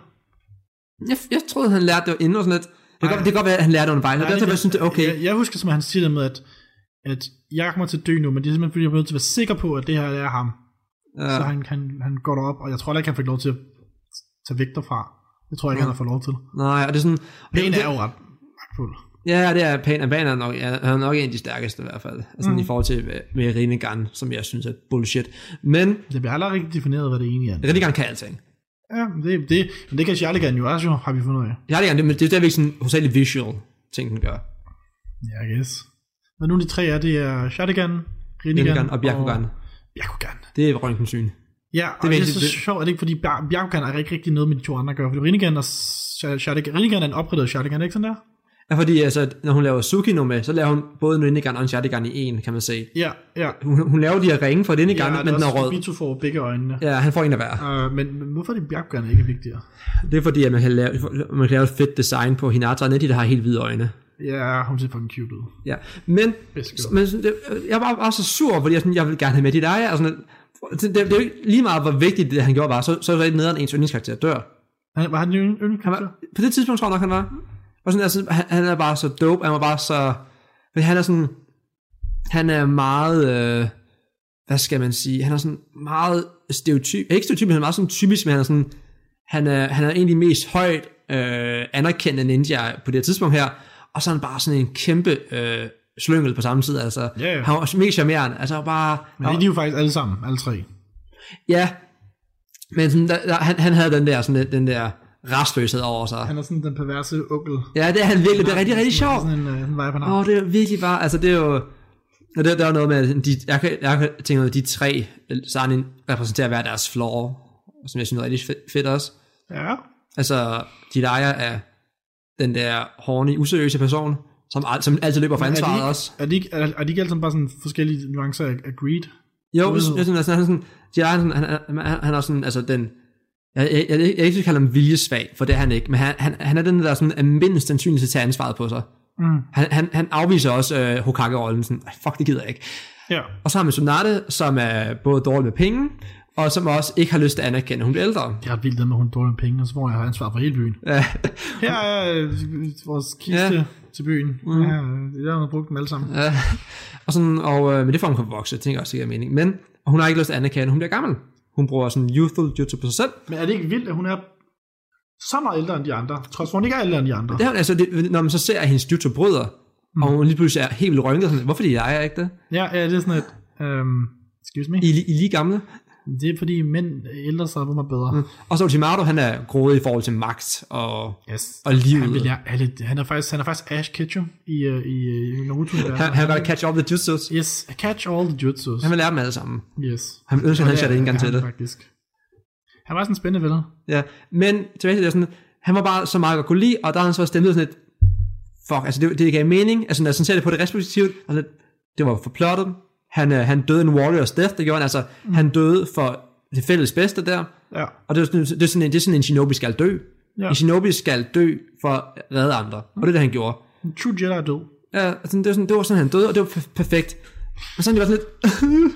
Jeg troede, han lærte det inden og sådan lidt. Det kan godt være, at han lærte det undervejs. Og derfor jeg synes, det er okay. Jeg husker, som han siger det med, at jeg kommer til at dø nu, men det er simpelthen, fordi jeg er nødt til at være sikker på, at det her er ham. Ja. Så han går derop, og jeg tror ikke, han fik lov til at tage væk derfra. Det tror jeg ikke, han har fået lov til. Nej, og det er sådan... Pain er jo ret magtfuld. Ja, det er Pain. Pain er nok en af de stærkeste i hvert fald. Altså i forhold til med Rinnegan, som jeg synes er bullshit. Men... Det bliver aldrig rigtig defineret, hvad det egentlig er. Rinnegan kan alting. Ja, men det kan Sharingan jo også, har vi fundet ud af. Sharingan, det er stadigvæk sådan hovedsageligt visual ting, den gør. Ja, I guess. Men nu de tre det er Sharingan, Rinnegan og Byakugan. Det er røntgens syn. Ja, og det er så sjovt, at det ikke, fordi Byakugan er ikke rigtig noget med de to andre gør, fordi Rinnegan og Sharingan, Rinnegan er en opgraderet Sharingan, ikke sådan der? Ja, fordi altså, når hun laver Tsukino med, så laver hun både en Rinnegan og en Sharingan i en, kan man se. Ja. Hun laver de her ringe for Rinnegan, men den er rød. Ja, Bito får begge øjnene. Ja, han får en af hver. Men hvorfor er det Byakugan ikke vigtigere? Det er fordi, at man kan lave et fedt design på Hinata og Nettie, der har helt hvide øjne. Ja, hun ser fucking cute ud. Ja, men jeg var bare så sur, fordi jeg vil gerne have med de der. Altså, det er jo ikke lige meget, hvor vigtigt det han gjorde var, så er det nederen ens yndlingskarakter dør. Var han jo yndlingskarakter? På det tidspunkt tror jeg nok, han var. Og sådan, altså, han er bare så dope, han var bare så... Han er sådan... Han er meget... hvad skal man sige? Han er sådan meget stereotyp... Ikke stereotyp, men han er meget sådan typisk, men han er sådan... Han er egentlig mest højt anerkendte ninja på det her tidspunkt her, og så er han bare sådan en kæmpe slyngel på samme tid, altså. Yeah. Han var mega charmerende, altså bare... Men det er de jo faktisk alle sammen, alle tre. Ja, men sådan, han havde den der rastløshed over sig. Han er sådan den perverse onkel. Ja, det er han virkelig. Det er rigtig, rigtig sjovt. Sådan en vibe, han det er virkelig bare, altså det er jo... Der er noget med, jeg kan tænke at de tre sådan repræsenterer hver deres flaw, som jeg synes er rigtig fedt også. Ja. Altså, Jiraiya er den der horny, useriøse person, som altid løber for ansvaret også. Er de ikke alle sammen bare sådan forskellige nuancer af greed? Jo, jeg synes, altså, han er sådan, altså den... Jeg ikke kalde ham viljesvag, for det er han ikke, men han er den der sådan er mindst sandsynlig til at tage ansvaret på sig. Han afviser også Hokage-rollen, sådan, fuck, det gider jeg ikke. Ja. Og så har man Tsunade, som er både dårlig med penge, og som også ikke har lyst til at anerkende, hun bliver ældre. Det er ret vildt, at hun er dårlig med penge, og så får jeg ansvar for hele byen. Ja. Her er vores kiste til byen. Ja, det har hun brugt dem alle sammen. Ja. Og men det får hun kan vokse, det tænker jeg også, det giver mening. Men hun har ikke lyst til at anerkende, hun bliver gammel. Hun bruger sådan youthful jutsu på sig selv. Men er det ikke vildt, at hun er så meget ældre end de andre? Trods for hun ikke er ældre end de andre. Det er, altså, når man så ser, at hendes jutsu bryder, og hun lige pludselig er helt vildt rynket, sådan, hvorfor jeg er ikke det? Ja, det er sådan et... excuse me? I lige gamle? Det er fordi mænd ældre sig på mig bedre. Og så Orochimaru, han er grådig i forhold til magt og livet. Han er faktisk Ash Ketchum i Naruto. Han vil catch all the jutsus. Yes, catch all the jutsus. Han vil lære dem alle sammen. Yes. Han ønsker, han satte en gang til det. Faktisk. Han var sådan en spændende venner. Ja, men tilbage til det sådan, han var bare så meget godt kunne lide, og der har han så stemt ud sådan et, fuck, altså det gav mening, altså når jeg sådan ser det på det respektivt, altså, det var for plottet. Han døde en warrior's death, det gjorde han, altså han døde for det fælles bedste der, ja. Og det er sådan en shinobi skal dø. Ja. En shinobi skal dø for at redde andre, og det er det han gjorde. En true Jedi er død. Ja, altså, det var sådan han døde, og det var perfekt. Og sådan det var sådan lidt,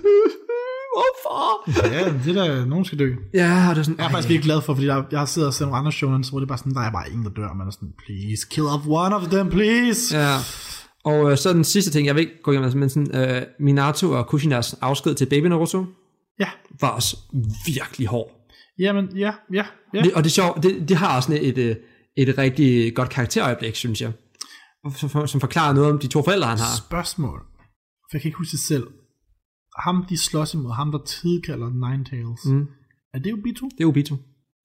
hvorfor? Ja, det der, nogen skal dø. Ja, og det er sådan, jeg er faktisk ikke glad for, fordi jeg sidder og ser nogle andre shows, hvor det er bare sådan, der er bare ingen, der dør, man er sådan, please, kill off one of them, please. Ja. Og så den sidste ting, jeg vil ikke gå igennem, men sådan, Minato og Kushinas afsked til Baby Naruto, var også virkelig hård. Jamen, ja. Og det er sjovt, det har også et rigtig godt karakterøjeblik, synes jeg, som forklarer noget om de to forældre, han har. Spørgsmål, for jeg kan ikke huske det selv. Ham, de slås imod, ham der tidkalder Ninetales. Er det Obito? Det er Obito.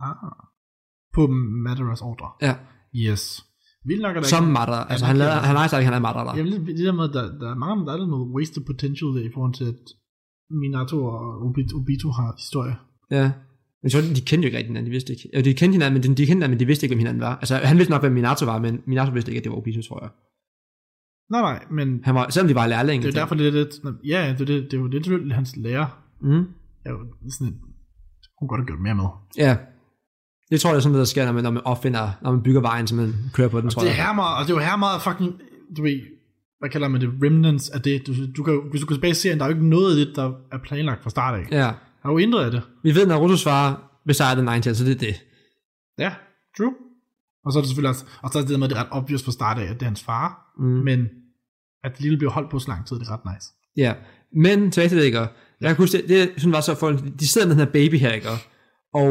På Madaras ordre. Ja. Yes. Vildt nok er der som Madara. Altså han har sagt, at han er Madara. Jamen det der med, der er mange, der er noget wasted potential der, i forhold til, at Minato og Obito har historie. Ja. Men så de kendte jo ikke rigtig hinanden, de vidste ikke. Ja, de kendte hinanden, men de vidste ikke, hvem hinanden var. Altså han vidste nok, hvem Minato var, men Minato vidste ikke, at det var Obito, tror jeg. Nej, men... Han var, selvom de var lærlinge. Det er derfor, det er lidt... Ja, det er jo lidt hans lærer. Er jo sådan et... Hun godt have gjort mere med. Ja. Det tror jeg er sådan, der sker, når man opfinder, når man bygger vejen, så man kører på den, tror jeg. Og det er jo her meget fucking... Du ved... Hvad kalder man det? Remnants af det. Du kan, hvis du kan tilbage se, der er jo ikke noget af det, der er planlagt fra start af. Ja. Der er jo intet af det. Vi ved, når Narutos far besejrer den Ninetales, så det er det. Ja, true. Og så er det selvfølgelig også... Og så er det der med, at det er ret obvious fra start af, at det er hans far. Men... at det lille bliver holdt på så lang tid, det er ret nice. Ja, men tilbage til det, ikke? Jeg kan huske, det sådan var så folk, de sidder med den her baby her, ikke? Og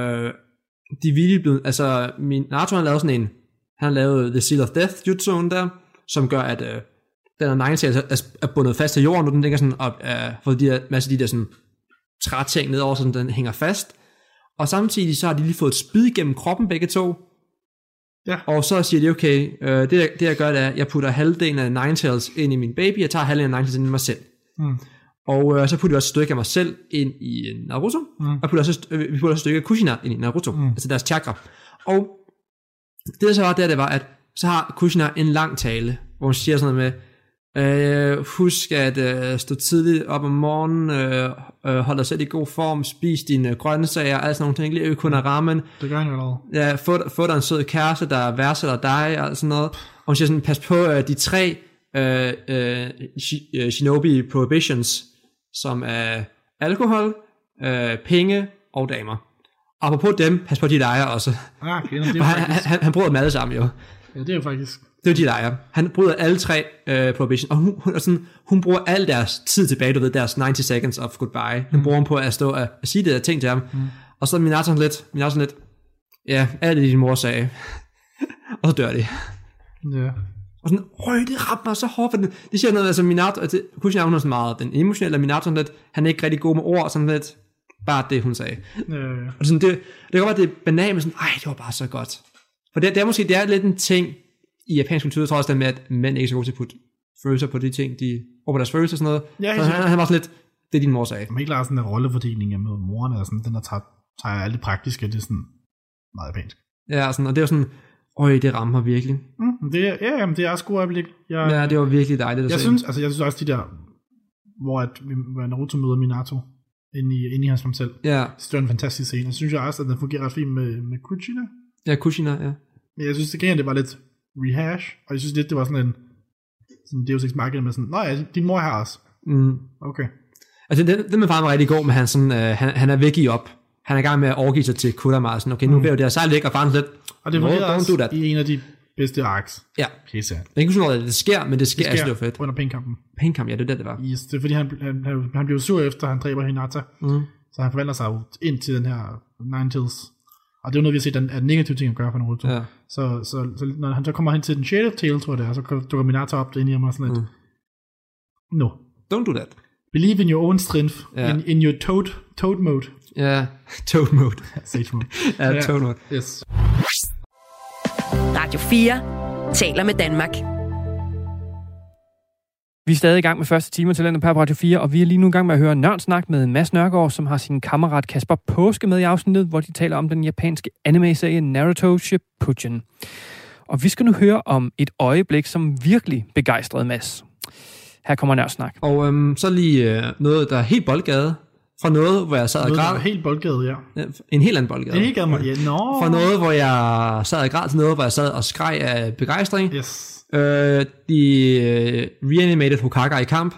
de er virkelig blevet, altså, Naruto har lavet sådan en, han har lavet The Seal of Death jutsu'en der, som gør, at den her Ninetales er bundet fast til jorden, og den ligger sådan op, for de der, masse af de der sådan træting nedover, så den hænger fast. Og samtidig så har de lige fået et spyd gennem kroppen begge to. Ja. Og så siger de, okay, det jeg gør, det er, jeg putter halvdelen af Ninetales ind i min baby, jeg tager halvdelen af Ninetales ind i mig selv. Og så putter vi også et stykke af mig selv ind i Naruto, og vi putter også et stykke af Kushina ind i Naruto, altså deres chakra. Og det så var, det var, at så har Kushina en lang tale, hvor hun siger sådan noget med, husk at stå tidligt op om morgenen, hold dig selv i god form, spis dine grøntsager, alt sådan nogle ting, lige kun af rammen. Det gør han jo da. Ja, få dig en sød kæreste, der værdsætter dig, og sådan noget. Og hun siger sådan, pas på de 3 shinobi prohibitions, som er alkohol, penge og damer. Og apropos dem, pas på de lejer også. Okay, han bryder dem alle sammen jo. Ja, det er jo faktisk... Det er jo de lejer. Han bryder alle 3 prohibitions, og hun bruger al deres tid tilbage, du ved, deres 90 seconds of goodbye. Den bruger hun på at stå og sige det der ting til ham. Og så er Minato lidt, ja, alt det din mor sagde. Og så dør de. Ja. Og sådan, det ramte mig så hårdt, for det siger noget, altså Minato, Kushina, hun er sådan meget den emotionelle, og Minato sådan lidt, han er ikke rigtig god med ord, sådan lidt, bare det, hun sagde. Og sådan, det kan godt være, det er banalt, men sådan, det var bare så godt. For det er måske, det er lidt en ting i japansk kultur, tror jeg også, med, at mænd ikke er så gode til at putte følelser på de ting, de over deres følelser og sådan noget. Ja, så han var sådan lidt, det er din mor sagde. Man ikke klare sådan en rollefordeling med moren, eller sådan, den der tager alt det praktiske, det er sådan meget japansk. Ja, sådan, og det er sådan, det rammer virkelig. Det er også god øjeblik. Ja, det var virkelig dejligt at se. Jeg synes også de der, hvor Naruto møder Minato inde i hans ham selv. Ja. Det er en fantastisk scene. Jeg synes også, at den fungerer ret fint med Kushina. Ja, Kushina, ja. Men jeg synes, det var lidt rehash, og jeg synes lidt, det var sådan en Deus Ex Machina med sådan, ja, din mor er her også. Okay. Altså, det med faren var rigtig god, men han er væk i op. Han er i gang med at overgive sig til Kurama, sådan, okay, nu bliver det her sejl væk, og faren lidt, og det fungerer også i en af de bedste arcs. Ja. Pisse. Jeg kan ikke huske, det sker, men det sker altså, det var fedt. Under pengekampen. Pengekamp, ja, det var det var. Yes, det er fordi, han blev sur efter, han dræber Hinata. Så han forvandler sig jo ind til den her Nine-Tails. Og det er jo noget, vi har set, at negative ting at gøre for Naruto. Ja. Så når han så kommer hen til den 6. tail, tror jeg det er, så dukker Minato op derinde i ham og sådan lidt. No. Don't do that. Believe in your own strength. In your toad mode. Ja, toad mode. Sage mode. Ja, toad mode. Yes. Radio 4 taler med Danmark. Vi er stadig i gang med første time til landet på Radio 4, og vi er lige nu i gang med at høre Nørdsnak med Mads Nørgaard, som har sin kammerat Kasper Påske med i afsnittet, hvor de taler om den japanske anime-serie Naruto Shippuden. Og vi skal nu høre om et øjeblik, som virkelig begejstrede Mads. Her kommer Nørdsnak. Og så lige noget, der er helt boldgade. Fra noget, hvor jeg sad og græd. Noget, helt boldgade, ja. En helt anden boldgade. En helt anden, ja. Fra noget, hvor jeg sad og græd, til noget, hvor jeg sad og skreg af begejstring. Yes. De reanimated Hokage i kamp.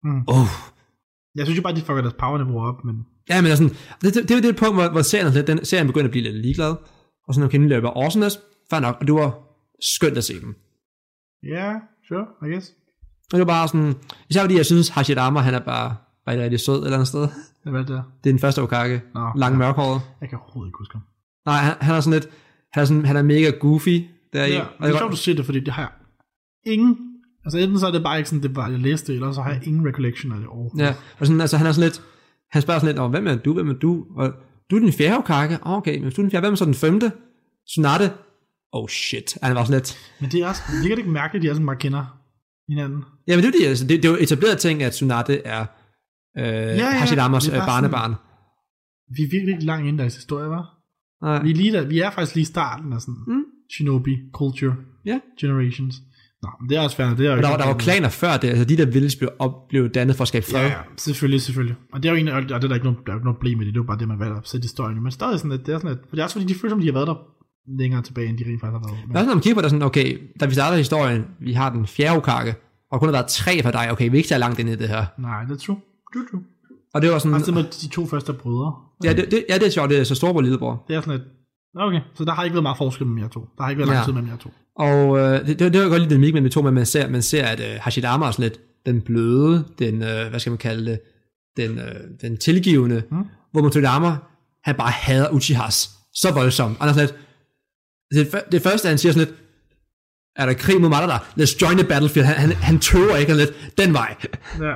Jeg synes jo bare, de fucker deres power-niveau op, men... Ja, men altså, det er jo det punkt, hvor serien begynder at blive lidt ligeglad. Og sådan, okay, nu løber awesomeness. Fair nok, og det var skønt at se dem. Ja, sure, I guess. Og det var bare sådan... Især fordi jeg synes, Hashirama, han er bare rigtig sød et eller andet sted. Hvad er det der? Det er den første Hokage. Lang mørkhåret. Jeg kan overhovedet ikke huske ham. Nej, han er sådan lidt... Han er mega goofy. Ja, det er sjovt, du siger det, fordi det har jeg ingen... Altså enten så er det bare ikke sådan, det var jeg læste, eller så har jeg ingen recollection af det overhovedet. Ja, og sådan, altså han er sådan lidt... Han spørger sådan lidt, hvem er du? Og du er den 4. Hokage? Okay, men du er den 4. Hvem er så den 5? Tsunade? Oh shit. Han var sådan lidt... Men det er også... Det ikke mærkeligt, at de er sådan bare kender hinanden. Ja, men det er altså, det er jo etableret ting, at Tsunade er Hashiramas barnebarn. Vi er virkelig ikke langt inde i deres historie, hva'? Nej. Vi er faktisk lige i starten af sådan Shinobi Culture Generations. Nå, men det er også færdigt. Der var klaner før det, altså de der village blev dannet for at skabe fred. Ja, selvfølgelig. Og det er jo egentlig, og det er der ikke noget problem med det, det er jo bare det, man valgte at sætte historien. Men stadig sådan, at det er sådan, at det er også fordi, de føler, som de har været der længere tilbage, end de rent faktisk har været. Men også når man kigger på det sådan, okay, da vi starter historien, vi har den 4. Hokage, og kun har været 3 for dig, okay, vi er ikke så langt inde i det her. Nej, det er true. Og det var sådan... Altså med de 2 første brødre. Ja, det er sjovt, det er så storbror og lillebror. Det er sådan et... Okay, så der har ikke været meget forskel mellem jer to. Der har ikke været lang tid mellem jer to. Og det var godt lidt dynamik mellem de to, men man ser at Hashirama er sådan lidt den bløde, den, hvad skal man kalde det, den tilgivende, hvor Motoyama, han bare hader Uchihas så voldsomt. Og sådan lidt, det første, han siger sådan lidt, er der krig mod Madara? Let's join the battlefield. Han tøver ikke lidt den vej. Ja.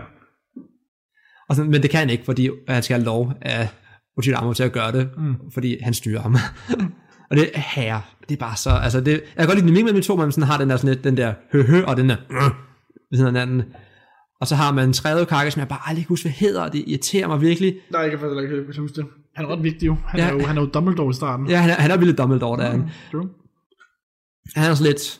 Og sådan, men det kan han ikke, fordi han skal have lov af Uchihama til at gøre det, fordi han styrer ham. Og det er bare så, altså det, jeg kan godt lide den med to, man sådan har den der sådan lidt, den der og den der ved sådan en anden. Og så har man en 3. Hokage, som jeg bare aldrig kan huske, hvad hedder, og det irriterer mig virkelig. Nej, jeg kan faktisk ikke huske det. Han er ret vigtig jo. Han er jo Dumbledore i starten. Ja, han er virkelig Dumbledore, der er han. True. Han er så lidt,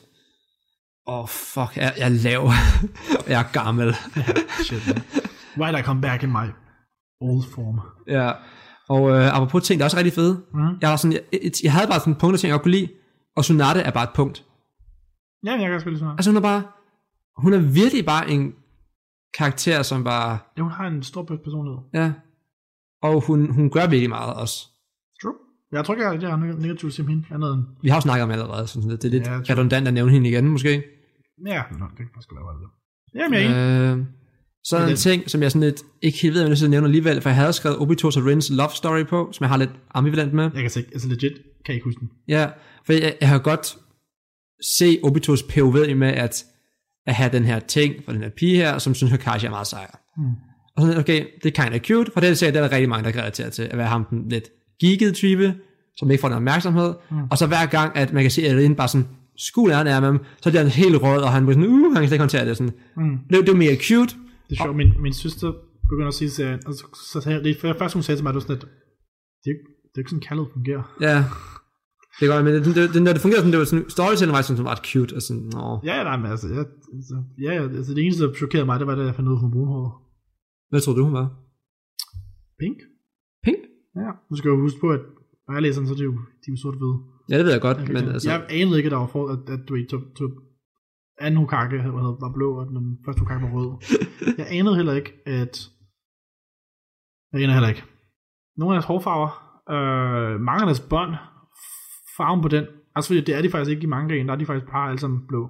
fuck, jeg er lav, jeg er gammel. Shit, man. Why did I come back in my old form? Ja. Og apropos ting, der er også rigtig fede. Jeg havde bare sådan punkter ting, jeg kunne lide, og Tsunade er bare et punkt. Ja, jeg kan spille sådan. Altså hun er virkelig bare en karakter, som bare... Ja, hun har en stor personlighed. Ja. Og hun gør virkelig meget også. True. Jeg tror ikke, jeg har negativt at sige hende. Andet end... Vi har jo snakket om allerede, sådan det er lidt redundant at nævne hende igen, måske. Ja, det kan måske lave det. Jamen, jeg er enig. Så er en ting, som jeg sådan lidt ikke helt ved, om jeg skal nævne alligevel, for jeg havde skrevet Obito's og Rins love story på, som jeg har lidt ambivalent med. Jeg kan sige, altså legit, kan jeg ikke huske den. Ja, for jeg har godt se Obito's POV med at have den her ting for den her pige her, som synes, Kakashi er meget sejr. Og sådan, okay, det er kind of cute, for det er der rigtig mange, der kan relatere til, at være ham den lidt geekede type, som ikke får den opmærksomhed, og så hver gang, at man kan se, at det er bare sådan, skulderen er med ham, så er det helt rød, og han bliver sådan, han kan slet ikke håndtere det. Sådan. Det er mere cute. Det er sjovt, min søster begynder at sige serien, og så sagde det første hun sagde til mig, det var sådan, at det er ikke sådan kaldet fungerer. Ja, det går, men når det fungerer sådan, det var sådan, storytelling var sådan ret cute, og sådan, Ja, nej, men altså, det eneste, der chokerede mig, det var, da jeg fandt ud af, hun brunhåret. Hvad troede du, hun var? Pink. Pink? Ja, du skal jo huske på, at når jeg læser den, så er det jo, de er sort hvide. Ja, det ved jeg godt, men altså... Jeg anede ikke, at der var for, at du ikke tog anden Hokage var blå, og den første Hokage var rød. Jeg anede heller ikke, nogle af deres hårfarver, mange af deres bånd, farven på den, altså fordi det er de faktisk ikke i mange gange, der er de faktisk bare alle sammen blå.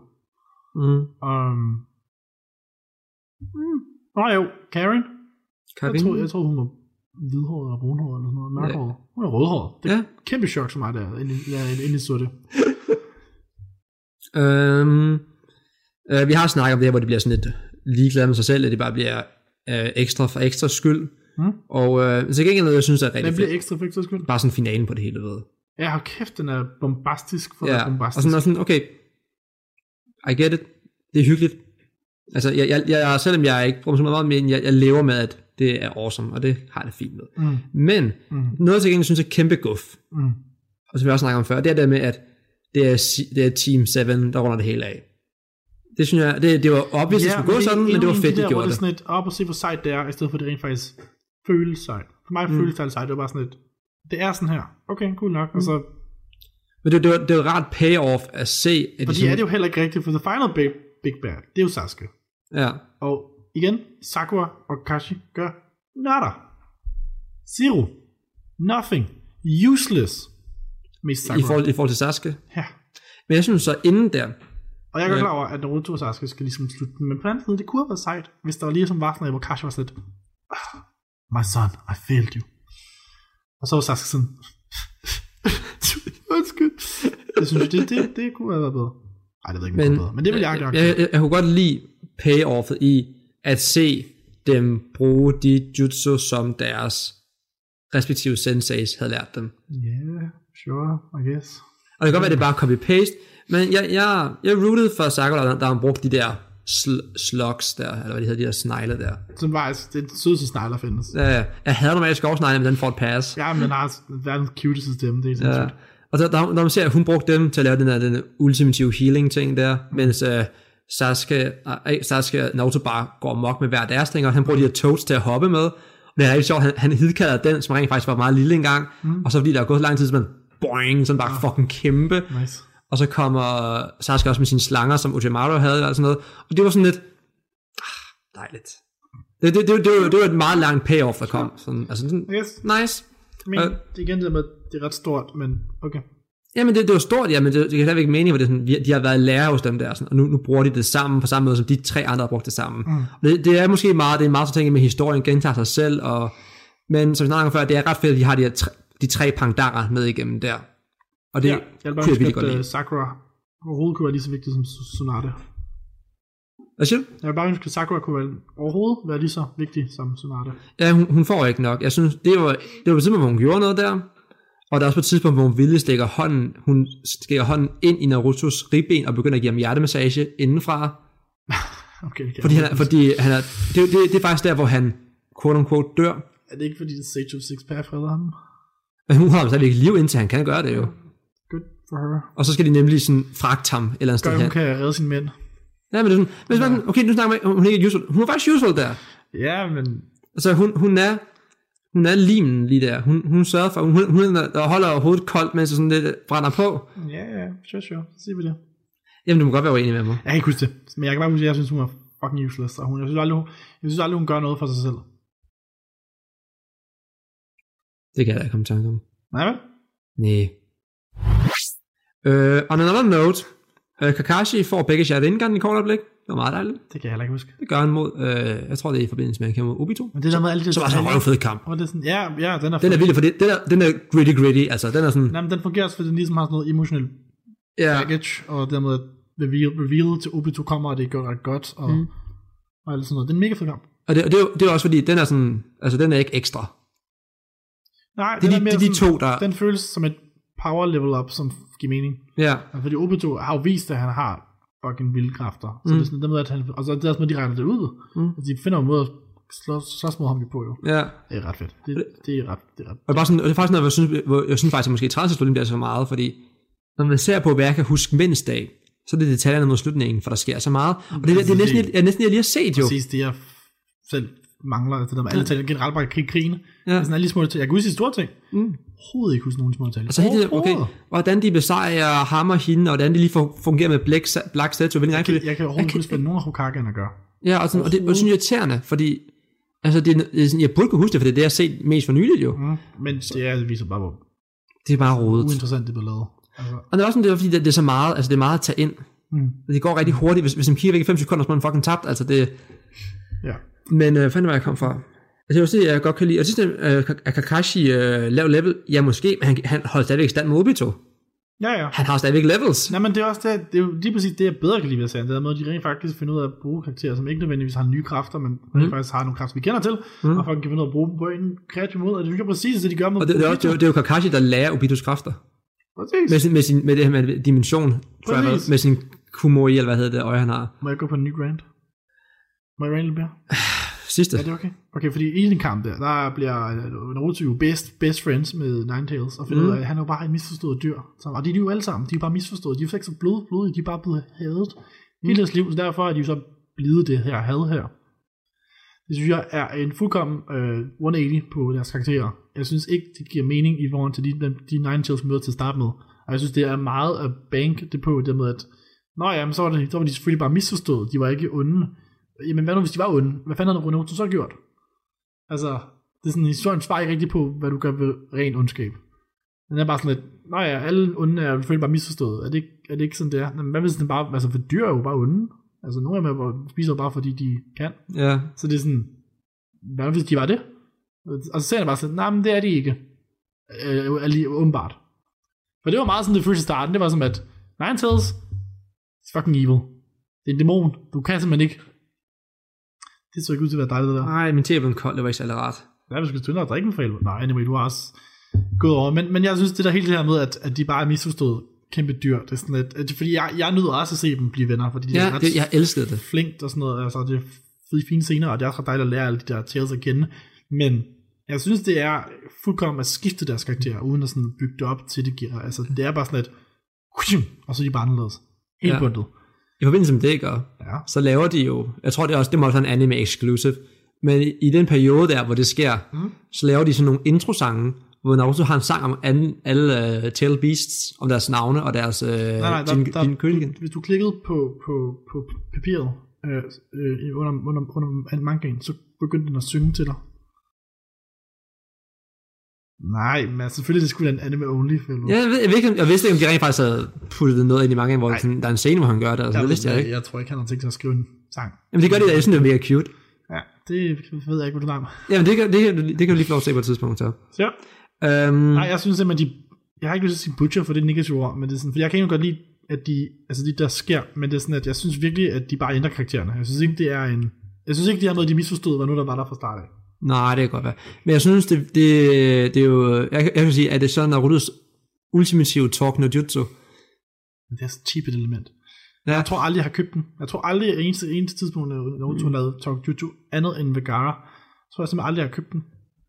Jo, Karen. Jeg tror hun var hvidhåret og brunhåret eller sådan noget, mørkhåret. Hun er rødhåret. Det er kæmpe chok for mig, der endelig så det. Vi har snakket om det her, hvor det bliver sådan lidt ligeglade med sig selv, at det bare bliver ekstra for ekstra skyld. Og så gengæld noget, jeg synes er rigtig fedt. Det bliver ekstra for ekstra skyld? Bare sådan finalen på det hele, ved. Ja, hold kæft, den er bombastisk for bombastisk. Og sådan, okay, I get it. Det er hyggeligt. Altså, jeg selvom jeg ikke bruger så meget, men jeg lever med, at det er awesome, og det har jeg det fint med. Men, noget til gengæld synes jeg er kæmpe guf. Og som vi også snakker om før, det er det med, at det er Team 7, der runder det hele af. Det synes jeg, det var obvious, at det skulle gå sådan, men det var fedt, de gjorde det. Det er sådan et op og se, hvor sejt det er, i stedet for det rent faktisk føles sejt. For mig føles det sejt, det var bare sådan et, det er sådan her. Okay, cool nok. Og så... Men det var et ret payoff at se. At fordi er det jo heller ikke rigtigt, for the final big bad, det er jo Sasuke. Ja. Og igen, Sakura og Kakashi gør nada. Zero. Nothing. Useless. Mest Sakura. I forhold til Sasuke? Ja. Men jeg synes så inden der... Og jeg er godt klar over, at Naruto og Sasuke skal ligesom slutte. Men på den anden side, det kunne have været sejt, hvis der var lige som var sådan, hvor Kakashi var sådan lidt, my son, I failed you. Og så var Sasuke sådan, undskyld. Jeg synes, det kunne have været bedre. Ej, det ved ikke, bedre. Men det vil jeg nok. Jeg kunne godt lide payoffet i at se dem bruge de jutsu, som deres respektive senseis havde lært dem. Yeah, sure, I guess. Og det kan godt være, det er bare copy-paste, men jeg rootede for Sakura, der har brugt de der slugs der, eller hvad de hedder, de der snegle der. Som var altså, det sødeste snegle, der findes. Ja. Jeg havde normalt skovsnegle, men den får et pass. Ja, men den har verdens cuteste stemme, det er sådan sødt. Og så, når man ser, at hun brugte dem til at lave den ultimative healing ting der, mens Sasuke og Naruto bare går amok med hver deres ting, og han bruger de her toads til at hoppe med. Og det er rigtig sjovt, han hidkalder den, som rent faktisk var meget lille engang, og så fordi der er gået så lang tid, så man boing, sådan bare fucking kæmpe. Nice. Og så kommer Sasuke også med sine slanger, som Orochimaru havde, eller sådan noget. Og det var sådan lidt dejligt. Det var et meget langt payoff, der kom. Sådan, altså sådan, yes. Nice. Men det igen det med, det er ret stort, men okay. Jamen det var stort, ja, men det kan slet ikke mening, hvor det sådan, de har været lærer hos dem der, sådan, og nu bruger de det sammen på samme måde, som de 3 andre har brugt det sammen. Det er måske meget, det er meget så tænkt med, at historien gentager sig selv, men som vi snakker om før, det er ret fedt, at de har de 3 pangdanger med igennem der. Og det jeg vil bare huske, at Sakura overhovedet kunne være lige så vigtig som Tsunade. Hvad siger du? Jeg vil bare ønske, at Sakura kunne overhovedet være lige så vigtig som Tsunade. Ja, hun får ikke nok. Jeg synes, det var på et tidspunkt, hvor hun gjorde noget der. Og der er også på et tidspunkt, hvor hun stikker hånden ind i Narutos ribben og begynder at give ham hjertemassage indenfra. Okay, fordi han er, det er faktisk der, hvor han quote unquote dør. Er det ikke fordi, det Sage of Six Path redder ham? Men hun har stadigvæk liv, indtil han kan gøre det jo. Good for her. Og så skal de nemlig sådan fragte ham et eller andet sted hen. Hun kan redde sine mænd. Ja, men det er sådan, okay, nu snakker man, hun er ikke useful. Hun er faktisk useful der. Ja, men... Altså, hun er limen lige der. Hun sørger for, hun holder hovedet koldt, mens det sådan lidt brænder på. Ja, sure. Så siger vi det. Jamen, du må godt være uenig med mig. Jeg kan ikke huske det. Men jeg kan bare huske, at jeg synes, hun er fucking useless. Og jeg synes aldrig, hun gør noget for sig selv. Det kan jeg da ikke komme til om. Nej, vel? Nej. On another note, Kakashi får begge Sharingan i kort øjeblik. Det var meget dejligt. Det kan jeg heller ikke huske. Det gør han mod, jeg tror det er i forbindelse med, at han kæmper mod Obito. Men det der med alle de... Så var det en røvfed kamp. Og det er sådan, ja, den er vildt, for den er gritty, altså den er sådan... Nej, men den fungerer også, fordi den ligesom har sådan noget emotional baggage, og dermed reveal til Obito kommer, og det gør ret godt, og alt sådan noget. Det er en mega fed kamp. Og det er også fordi, den er sådan, altså den er ikke ekstra. Nej, det er de to, der... Den føles som et power level up, som giver mening. Ja. Fordi Obito har jo vist, at han har fucking vilde kræfter. Så det er sådan den måde, at han... Og så det er også måde, de regner det ud. Altså, de finder en måde at slås mod ham på, jo. Ja. Det er ret fedt. Det er ret... Og det er faktisk noget, hvor jeg synes faktisk, at måske transferslutningen bliver så meget, fordi når man ser på, hvad jeg kan huske mindst af, så er det detaljerne mod slutningen, for der sker så meget. Og det er næsten, jeg lige har set, jo. Præcis, det jeg selv mangler, det der med alle detaljer, generelt bare krigen. Ja. Det er sådan alle de små detaljer. Jeg kan huske de store ting. Overhovedet ikke huske nogen små detaljer. Og så helt okay, hvordan de besejrer ham og hende, og hvordan de lige fungerer med Black Statue. Jeg kan overhovedet huske, hvad nogen af Hokage'erne gør. Ja, og det er sådan irriterende, fordi altså, det er sådan, jeg burde kunne huske det, for det er det, jeg har set mest for nyligt, jo. Men det viser bare, hvor det er bare rodet. Uinteressant, det bliver lavet. Altså. Og det er også sådan, det er, fordi det er så meget, altså det er meget at tage ind. Det går rigtig hurtigt. Hvis man kigger væk i 5 sekunder, så er man fucking tabt. Altså det... Ja. Men fanden var jeg kom fra? Altså, jeg vil sige, jeg godt kan lide, og det er Kakashi lav level, ja måske, men han holder stadigvæk stand med Obito. Ja. Han har stadigvæk levels. Nej, men det er også det er jo lige præcis det, jeg bedre kan lide ved serien. Det er måde, de rent faktisk finder ud af at bruge karakterer, som ikke nødvendigvis har nye kræfter, men faktisk har nogle kræfter, vi kender til, og folk kan finde ud af at bruge dem på en kreativ måde, og det synes jeg præcis, det de gør med og det er jo Kakashi, der lærer Obitos kræfter. Præcis. Med det her med dimension travel, med sin Kumoi, eller hvad hedder det øje, han har. Må jeg gå på en ny grind? Må jeg rande lidt mere? Sidste. Er det okay? Okay, fordi i den kamp der bliver Naruto jo best friends med Ninetales, og finder ud af, at han er jo bare et misforstået dyr. Og de er jo alle sammen, de er jo bare misforstået. De er jo ikke så blodige, de er bare blevet hadet hele deres liv, så derfor er de jo så blevet det her had her. Det synes jeg er en fuldkommen 180 på deres karakterer. Jeg synes ikke, det giver mening i forhold til de Ninetales møder til at starte med. Og jeg synes, det er meget at banke det på, det med at så var de selvfølgelig bare misforstået. De var ikke onde. Jamen hvad nu hvis de var onde? Hvad fanden havde Naruto så gjort? Altså, det er sådan, historien svarer ikke rigtig på, hvad du gør ved ren ondskab. Den er bare sådan lidt, alle onde er selvfølgelig bare misforstået. Er det ikke sådan det er? Men hvad hvis den bare, altså for dyr er jo bare onde. Altså nogle af dem spiser jo bare fordi de kan. Ja. Så det er sådan, hvad hvis de var det? Og så siger jeg bare sådan, nej, men det er de ikke. Lige åbenbart. For det var meget sådan det første starten, det var som at Ninetales is fucking evil. Det er en dæmon, du kan simpelthen ikke. Det så ikke ud til at være dejligt det der. Nej, men til at blive kold, det var ikke særlig rart. Ja, vi skal støtte og drikke en forældre. Nej, anyway, du har også gået over. Men jeg synes, det der hele det her med, at de bare er misforstået kæmpe dyr. Det er sådan lidt, fordi jeg nyder også at se dem blive venner, fordi de er ret jeg elskede det. Flinkt og sådan noget. Altså, det er fine scener, og det er også ret dejligt at lære alle de der tales at kende. Men jeg synes, det er fuldkommen at skifte deres karakterer, uden at sådan bygge det op til det giver. Altså, det er bare sådan lidt, og så er de bare anderledes. Helt bundet. I forbindelse med det, så laver de jo, jeg tror det må også være en anime exclusive, men i den periode der, hvor det sker, så laver de sådan nogle introsange, hvor Naruto har en sang om alle Tail Beasts, om deres navne og deres hvis du klikkede på papiret under mangaen, så begyndte den at synge til dig. Nej, men selvfølgelig det skulle være en anime only film. Ja, jeg vidste ikke, om de rent faktisk havde puttet noget ind i mangaen, hvor der er en scene, hvor han gør det. Altså, det vidste jeg ikke. Jeg tror ikke, han har tænkt sig at skrive en sang. Jamen det gør de da, jeg synes, det er mega cute. Ja, det ved jeg ikke, hvad du lader. Jamen det kan du lige få lov at se på et tidspunkt. Så. Ja. Nej, jeg synes simpelthen, jeg har ikke lyst til at sige butcher, for det er negative ord, men det er sådan, for jeg kan jo godt lide, at det der sker, men det er sådan, at jeg synes virkelig, at de bare ændrer karaktererne. Jeg synes ikke, det er noget, de misforstod, hvad nu der var der fra start af. Nej, det kan godt være. Men jeg synes, det er jo, jeg kan sige, at det er sådan Narutos ultimative talk no jutsu. Det er så cheap et element. Ja. Jeg tror aldrig, jeg har købt den. Jeg tror aldrig, at eneste tidspunkt, når Naruto har lavet talk jutsu, andet end Vegara, tror jeg simpelthen aldrig, jeg har købt den.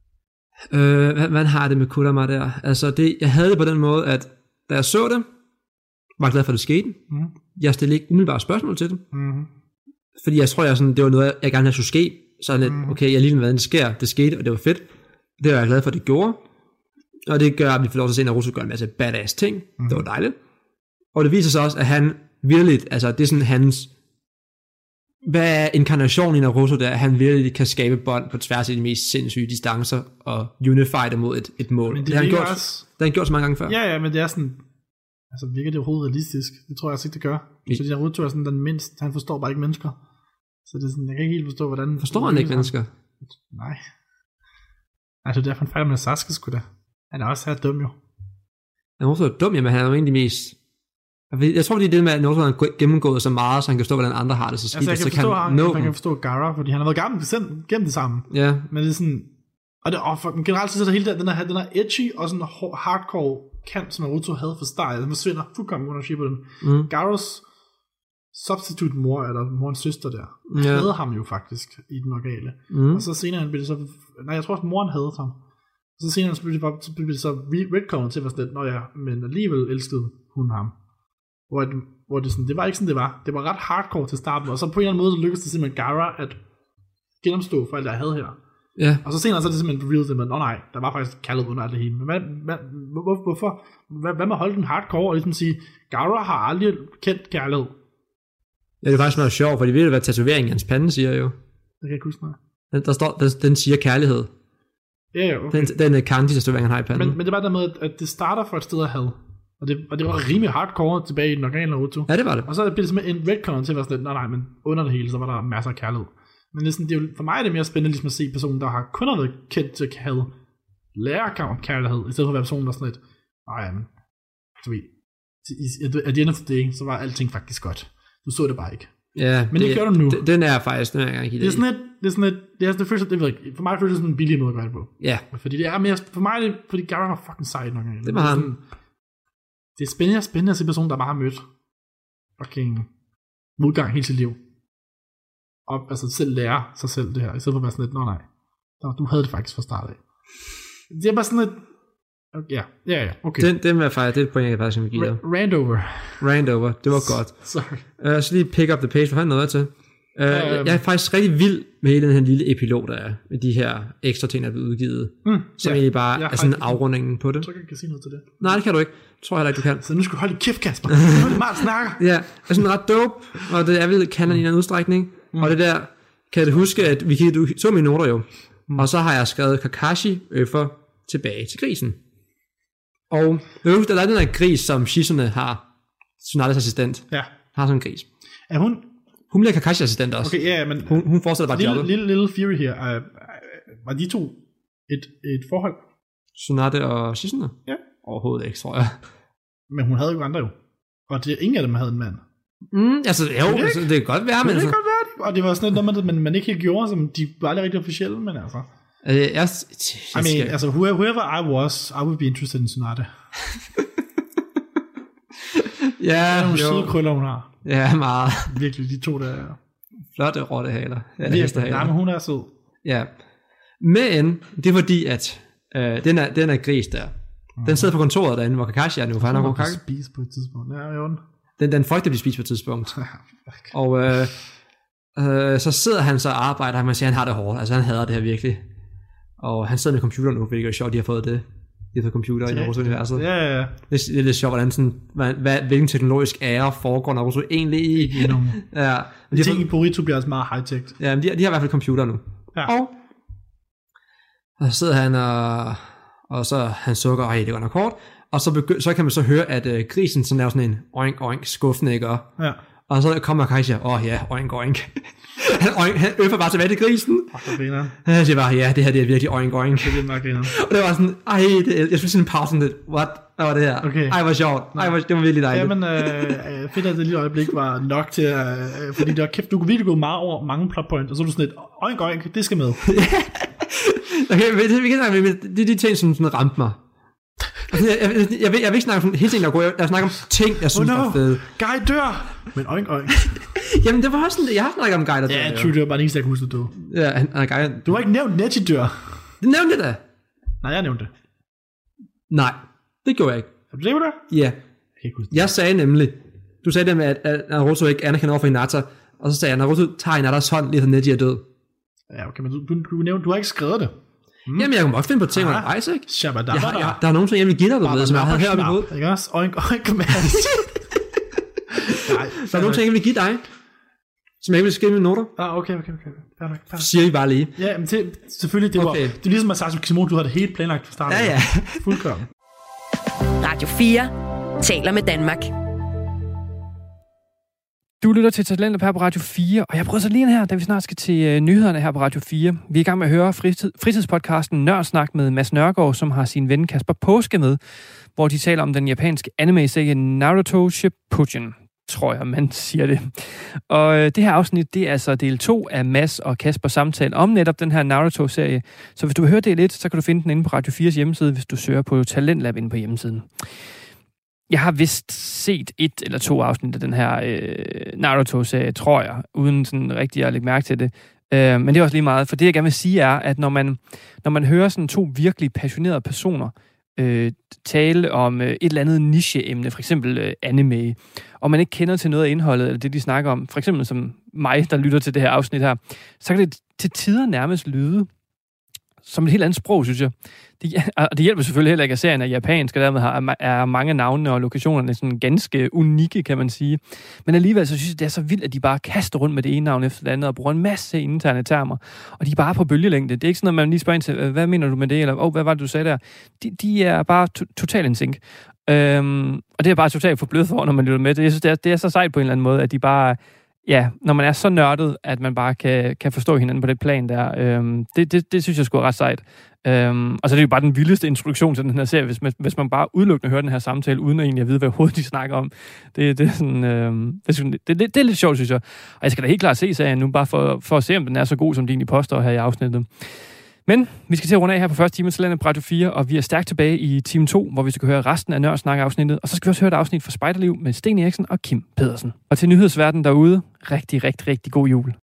Hvad har det med Kurama der? Altså, jeg havde det på den måde, at da jeg så det, var glad for, at det skete. Jeg stillede ikke umiddelbart spørgsmål til det. Fordi jeg tror, det var noget, jeg gerne havde skulle ske. Så lidt, okay, jeg lige ved, det sker. Det skete, og det var fedt. Det var jeg glad for, at det gjorde. Og det gør, at vi får lov til at se, at Naruto gør en masse badass ting. Det var dejligt. Og det viser sig også, at han virkelig, altså det er sådan hans, hvad er inkarnationen i Naruto der, at han virkelig kan skabe bånd på tværs af de mest sindssyge distancer, og unify det mod et mål. Men det har han gjort så mange gange før. Ja, men det er sådan, altså virker det overhovedet realistisk? Det tror jeg også ikke, det gør. Fordi Naruto er sådan den mindst, han forstår bare ikke mennesker. Så det er sådan, jeg kan ikke helt forstå, hvordan... Forstår han ikke mennesker? Nej. Altså, det er derfor, han fejler med Sasuke, sgu da. Han er også her dum, jo. Naruto er dum, men han er jo egentlig mest... Jeg tror, det er det med, at Naruto har gennemgået så meget, så han kan forstå, hvordan andre har det så skidt. Altså, jeg kan forstå Gaara, fordi han har været gammel gennem det samme. Ja. Men det er sådan... Men generelt så er der hele den her edgy og sådan hardcore kamp, som Naruto havde for start. Den forsvinder fuldkommen under på den. Gaaras substitute mor, eller morens søster der, havde ham jo faktisk i den orgale. Og så senere blev det så... Nej, jeg tror også, moren havde ham. Og så senere blev det så retconet til, men alligevel elskede hun ham. Hvor det sådan, det var ikke sådan, det var. Det var ret hardcore til starten, og så på en eller anden måde, så lykkedes det simpelthen Gaara at gennemstå for alt, der jeg havde her. Ja. Og så senere så er det simpelthen revealed, at nej, der var faktisk kærlighed under alt det hele. Men hvorfor? Hvad med at holde den hardcore og ligesom sige, Gaara har aldrig kendt kærlighed? Ja, det er faktisk meget sjovt, for det vil være tatoveringen i hans pande, siger jeg jo. Det kan jeg ikke huske noget. Den siger kærlighed. Ja, okay. Den kanti-tatovering, han har i panden. Men det var der med, at det starter fra et sted af had. Og det var rimelig hardcore tilbage i den organe Naruto. Ja, det var det. Og så blev det simpelthen en retcon til at være sådan, nej, men under det hele, så var der masser af kærlighed. Men det er jo, for mig er det mere spændende ligesom at se personen, der har kun været kendt til at have lærerkærlighed, i stedet for at være personen, der sådan lidt, men du ved, at the end of the day, så var alting faktisk godt. Du så det bare ikke. Ja, men det gør du nu. Den er faktisk, den er jeg ikke. Det er føles, det ved jeg ikke. For mig føles det sådan en billig måde at gøre det på. Ja. Fordi det er mere, for mig er det, fordi Garan var fucking sej nogle gange. Det var han. Det er spændende at se personen, der bare har mødt fucking modgang hele sit liv. Og altså selv lære sig selv det her, i stedet for at være sådan lidt, nej, du havde det faktisk fra start af. Det er bare sådan lidt, ja, okay. Den var faktisk, det er et point, jeg faktisk vil give dig. Randover, det var godt. Sorry. Så lige pick up the page, for han noget til. Jeg er faktisk rigtig vild med hele den her lille epilog, der er, med de her ekstra ting, der er blevet udgivet, som egentlig bare er sådan afrundingen på det. Jeg tror ikke, jeg kan sige noget til det. Nej, det kan du ikke. Tror heller ikke, du kan. Så nu skal du holde i kæft, Kasper. Nu er det meget snakker. Ja, er sådan ret dope, og det er vel kanon i en udstrækning. Og det der, kan du huske, at du så mine noter jo, og så har jeg skrevet Kakashi øffer tilbage til grisen. Og jeg husker, der er den der gris, som Shizune har, Tsunades assistent, har sådan en gris. Er hun... Hun bliver Kakashis assistent også. Okay, ja, men... Hun fortsætter bare jobbet. Lille theory her. Var de to et forhold? Tsunade og Shizune? Ja. Overhovedet ikke, tror jeg. Men hun havde jo andre jo. Og det, ingen af dem havde en mand. Altså, det kan godt være, men... Det kan godt være, og det var sådan noget, man ikke helt gjorde, som de var aldrig rigtig officielle, men altså... altså, whoever I was, I would be interested in Tsunade. Ja, nogle søde krøller, hun har. Ja, meget. Virkelig, de to der... Flotte rottehaler. Nej, men hun er sød. Ja. Men, det er fordi, at den er gris der. Den sidder på kontoret derinde, hvor Kakashi er nu, for han har god kage. Spise på et tidspunkt. Ja, jo. Den frygter at blive spist på et tidspunkt. Og så sidder han så og arbejder, og man siger, at han har det hårdt. Altså, han hader det her virkelig. Og han sidder med computer nu, hvilket er sjovt, de har fået det. De har fået computer i Naruto-universet. Ja. Det er lidt sjovt, hvordan sådan, hvilken teknologisk ære foregår Naruto egentlig i. Ja. Ting i Boruto bliver altså meget high-tech. Ja, men de har i hvert fald computer nu. Ja. Og så sidder han og så han sukker, det går nok kort. Og så kan man så høre, at grisen så laver sådan en oink skuffnækker. Ja. Og så kommer Kakashi, oink. Han øffer bare tilbage til grisen. Han siger bare, det her det er virkelig oink. Det er meget og det var sådan, jeg synes sådan en pause sådan lidt, what? Hvad var det her? Okay. Hvor sjovt. Det var virkelig dejligt. Jamen, fedt at det lille øjeblik var nok til, fordi det var kæft, du kunne virkelig gå meget over mange plot points, og så er du sådan lidt, oink, det skal med. Okay, vi kan snakke med, det er de ting, som sådan ramte mig. Jeg vil ikke snakke om hele tingen, der er gode. Jeg snakker om ting, jeg synes er fede. Guy dør! Men oink. Jamen, det var også sådan, jeg har snakket om Guy, der dør. Ja, true, det var bare den eneste, jeg kunne huske, du. Ja, han er Guy. Du har ikke nævnt Neji dør. Det nævnte jeg da. Nej, jeg nævnte det. Nej, det gjorde jeg ikke. Har du det der? Ja. Jeg sagde nemlig, du sagde det med, at Naruto ikke anerkender over for Hinata, og så sagde jeg, Naruto tager Hinatas hånd, lige så Neji er død. Ja, okay, men du har ikke skrevet det. Jamen, jeg kan godt finde på ting undervejs, ikke? Der er nogen ting, jeg vil give dig, du ved, som jeg havde her op i hovedet. Ikke også? Oink, man. Der er nogle ting, jeg vil give dig, som jeg ikke vil skrive i mine noter. Okay. Fair. Siger I bare lige. Ja, men selvfølgelig, det var ligesom at Sasuke Kishimoto, du havde det helt planlagt fra starten. Ja. Fuldkommen. Radio 4 taler med Danmark. Du lytter til Talentlab her på Radio 4, og jeg prøver så lige her, da vi snart skal til nyhederne her på Radio 4. Vi er i gang med at høre fritidspodcasten Nørdsnak med Mads Nørgaard, som har sin ven Kasper Påske med, hvor de taler om den japanske anime-serie Naruto Shippuden, tror jeg, man siger det. Og det her afsnit, det er altså del 2 af Mads og Kasper samtale om netop den her Naruto-serie. Så hvis du vil høre del 1, så kan du finde den inde på Radio 4's hjemmeside, hvis du søger på Talentlab inde på hjemmesiden. Jeg har vist set 1 eller 2 afsnit af den her Naruto-serie, tror jeg, uden sådan rigtig at lægge mærke til det. Men det er også lige meget, for det jeg gerne vil sige er, at når man hører sådan 2 virkelig passionerede personer tale om et eller andet niche-emne, for eksempel anime, og man ikke kender til noget af indholdet, eller det de snakker om, for eksempel som mig, der lytter til det her afsnit her, så kan det til tider nærmest lyde som et helt andet sprog, synes jeg. Og det hjælper selvfølgelig heller ikke, at serien er japansk, og dermed er mange af navnene og lokationerne sådan ganske unikke, kan man sige. Men alligevel så synes jeg, det er så vildt, at de bare kaster rundt med det ene navn efter det andet, og bruger en masse interne termer. Og de er bare på bølgelængde. Det er ikke sådan, at man lige spørger ind til, hvad mener du med det, eller hvad var det, du sagde der? De er bare totalt in sync. Og det er bare totalt forblødt for, når man lytter med det. Jeg synes, det er så sejt på en eller anden måde, at de bare ja, når man er så nørdet, at man bare kan forstå hinanden på det plan der, det synes jeg sgu er ret sejt. Og så er det jo bare den vildeste introduktion til den her serie, hvis man bare udelukkende hører den her samtale, uden at egentlig vide, hvad overhovedet de snakker om. Det er sådan, det er lidt sjovt, synes jeg. Og jeg skal da helt klart se serien nu, bare for at se, om den er så god, som de egentlig påstår her i afsnittet. Men vi skal til at runde af her på første time, Talent på Radio 4, og vi er stærkt tilbage i time 2, hvor vi skal høre resten af Nørdsnak-afsnittet, og så skal vi også høre et afsnit fra Spejderliv med Sten Eriksen og Kim Pedersen. Og til nyhedsverdenen derude, rigtig, rigtig, rigtig god jul.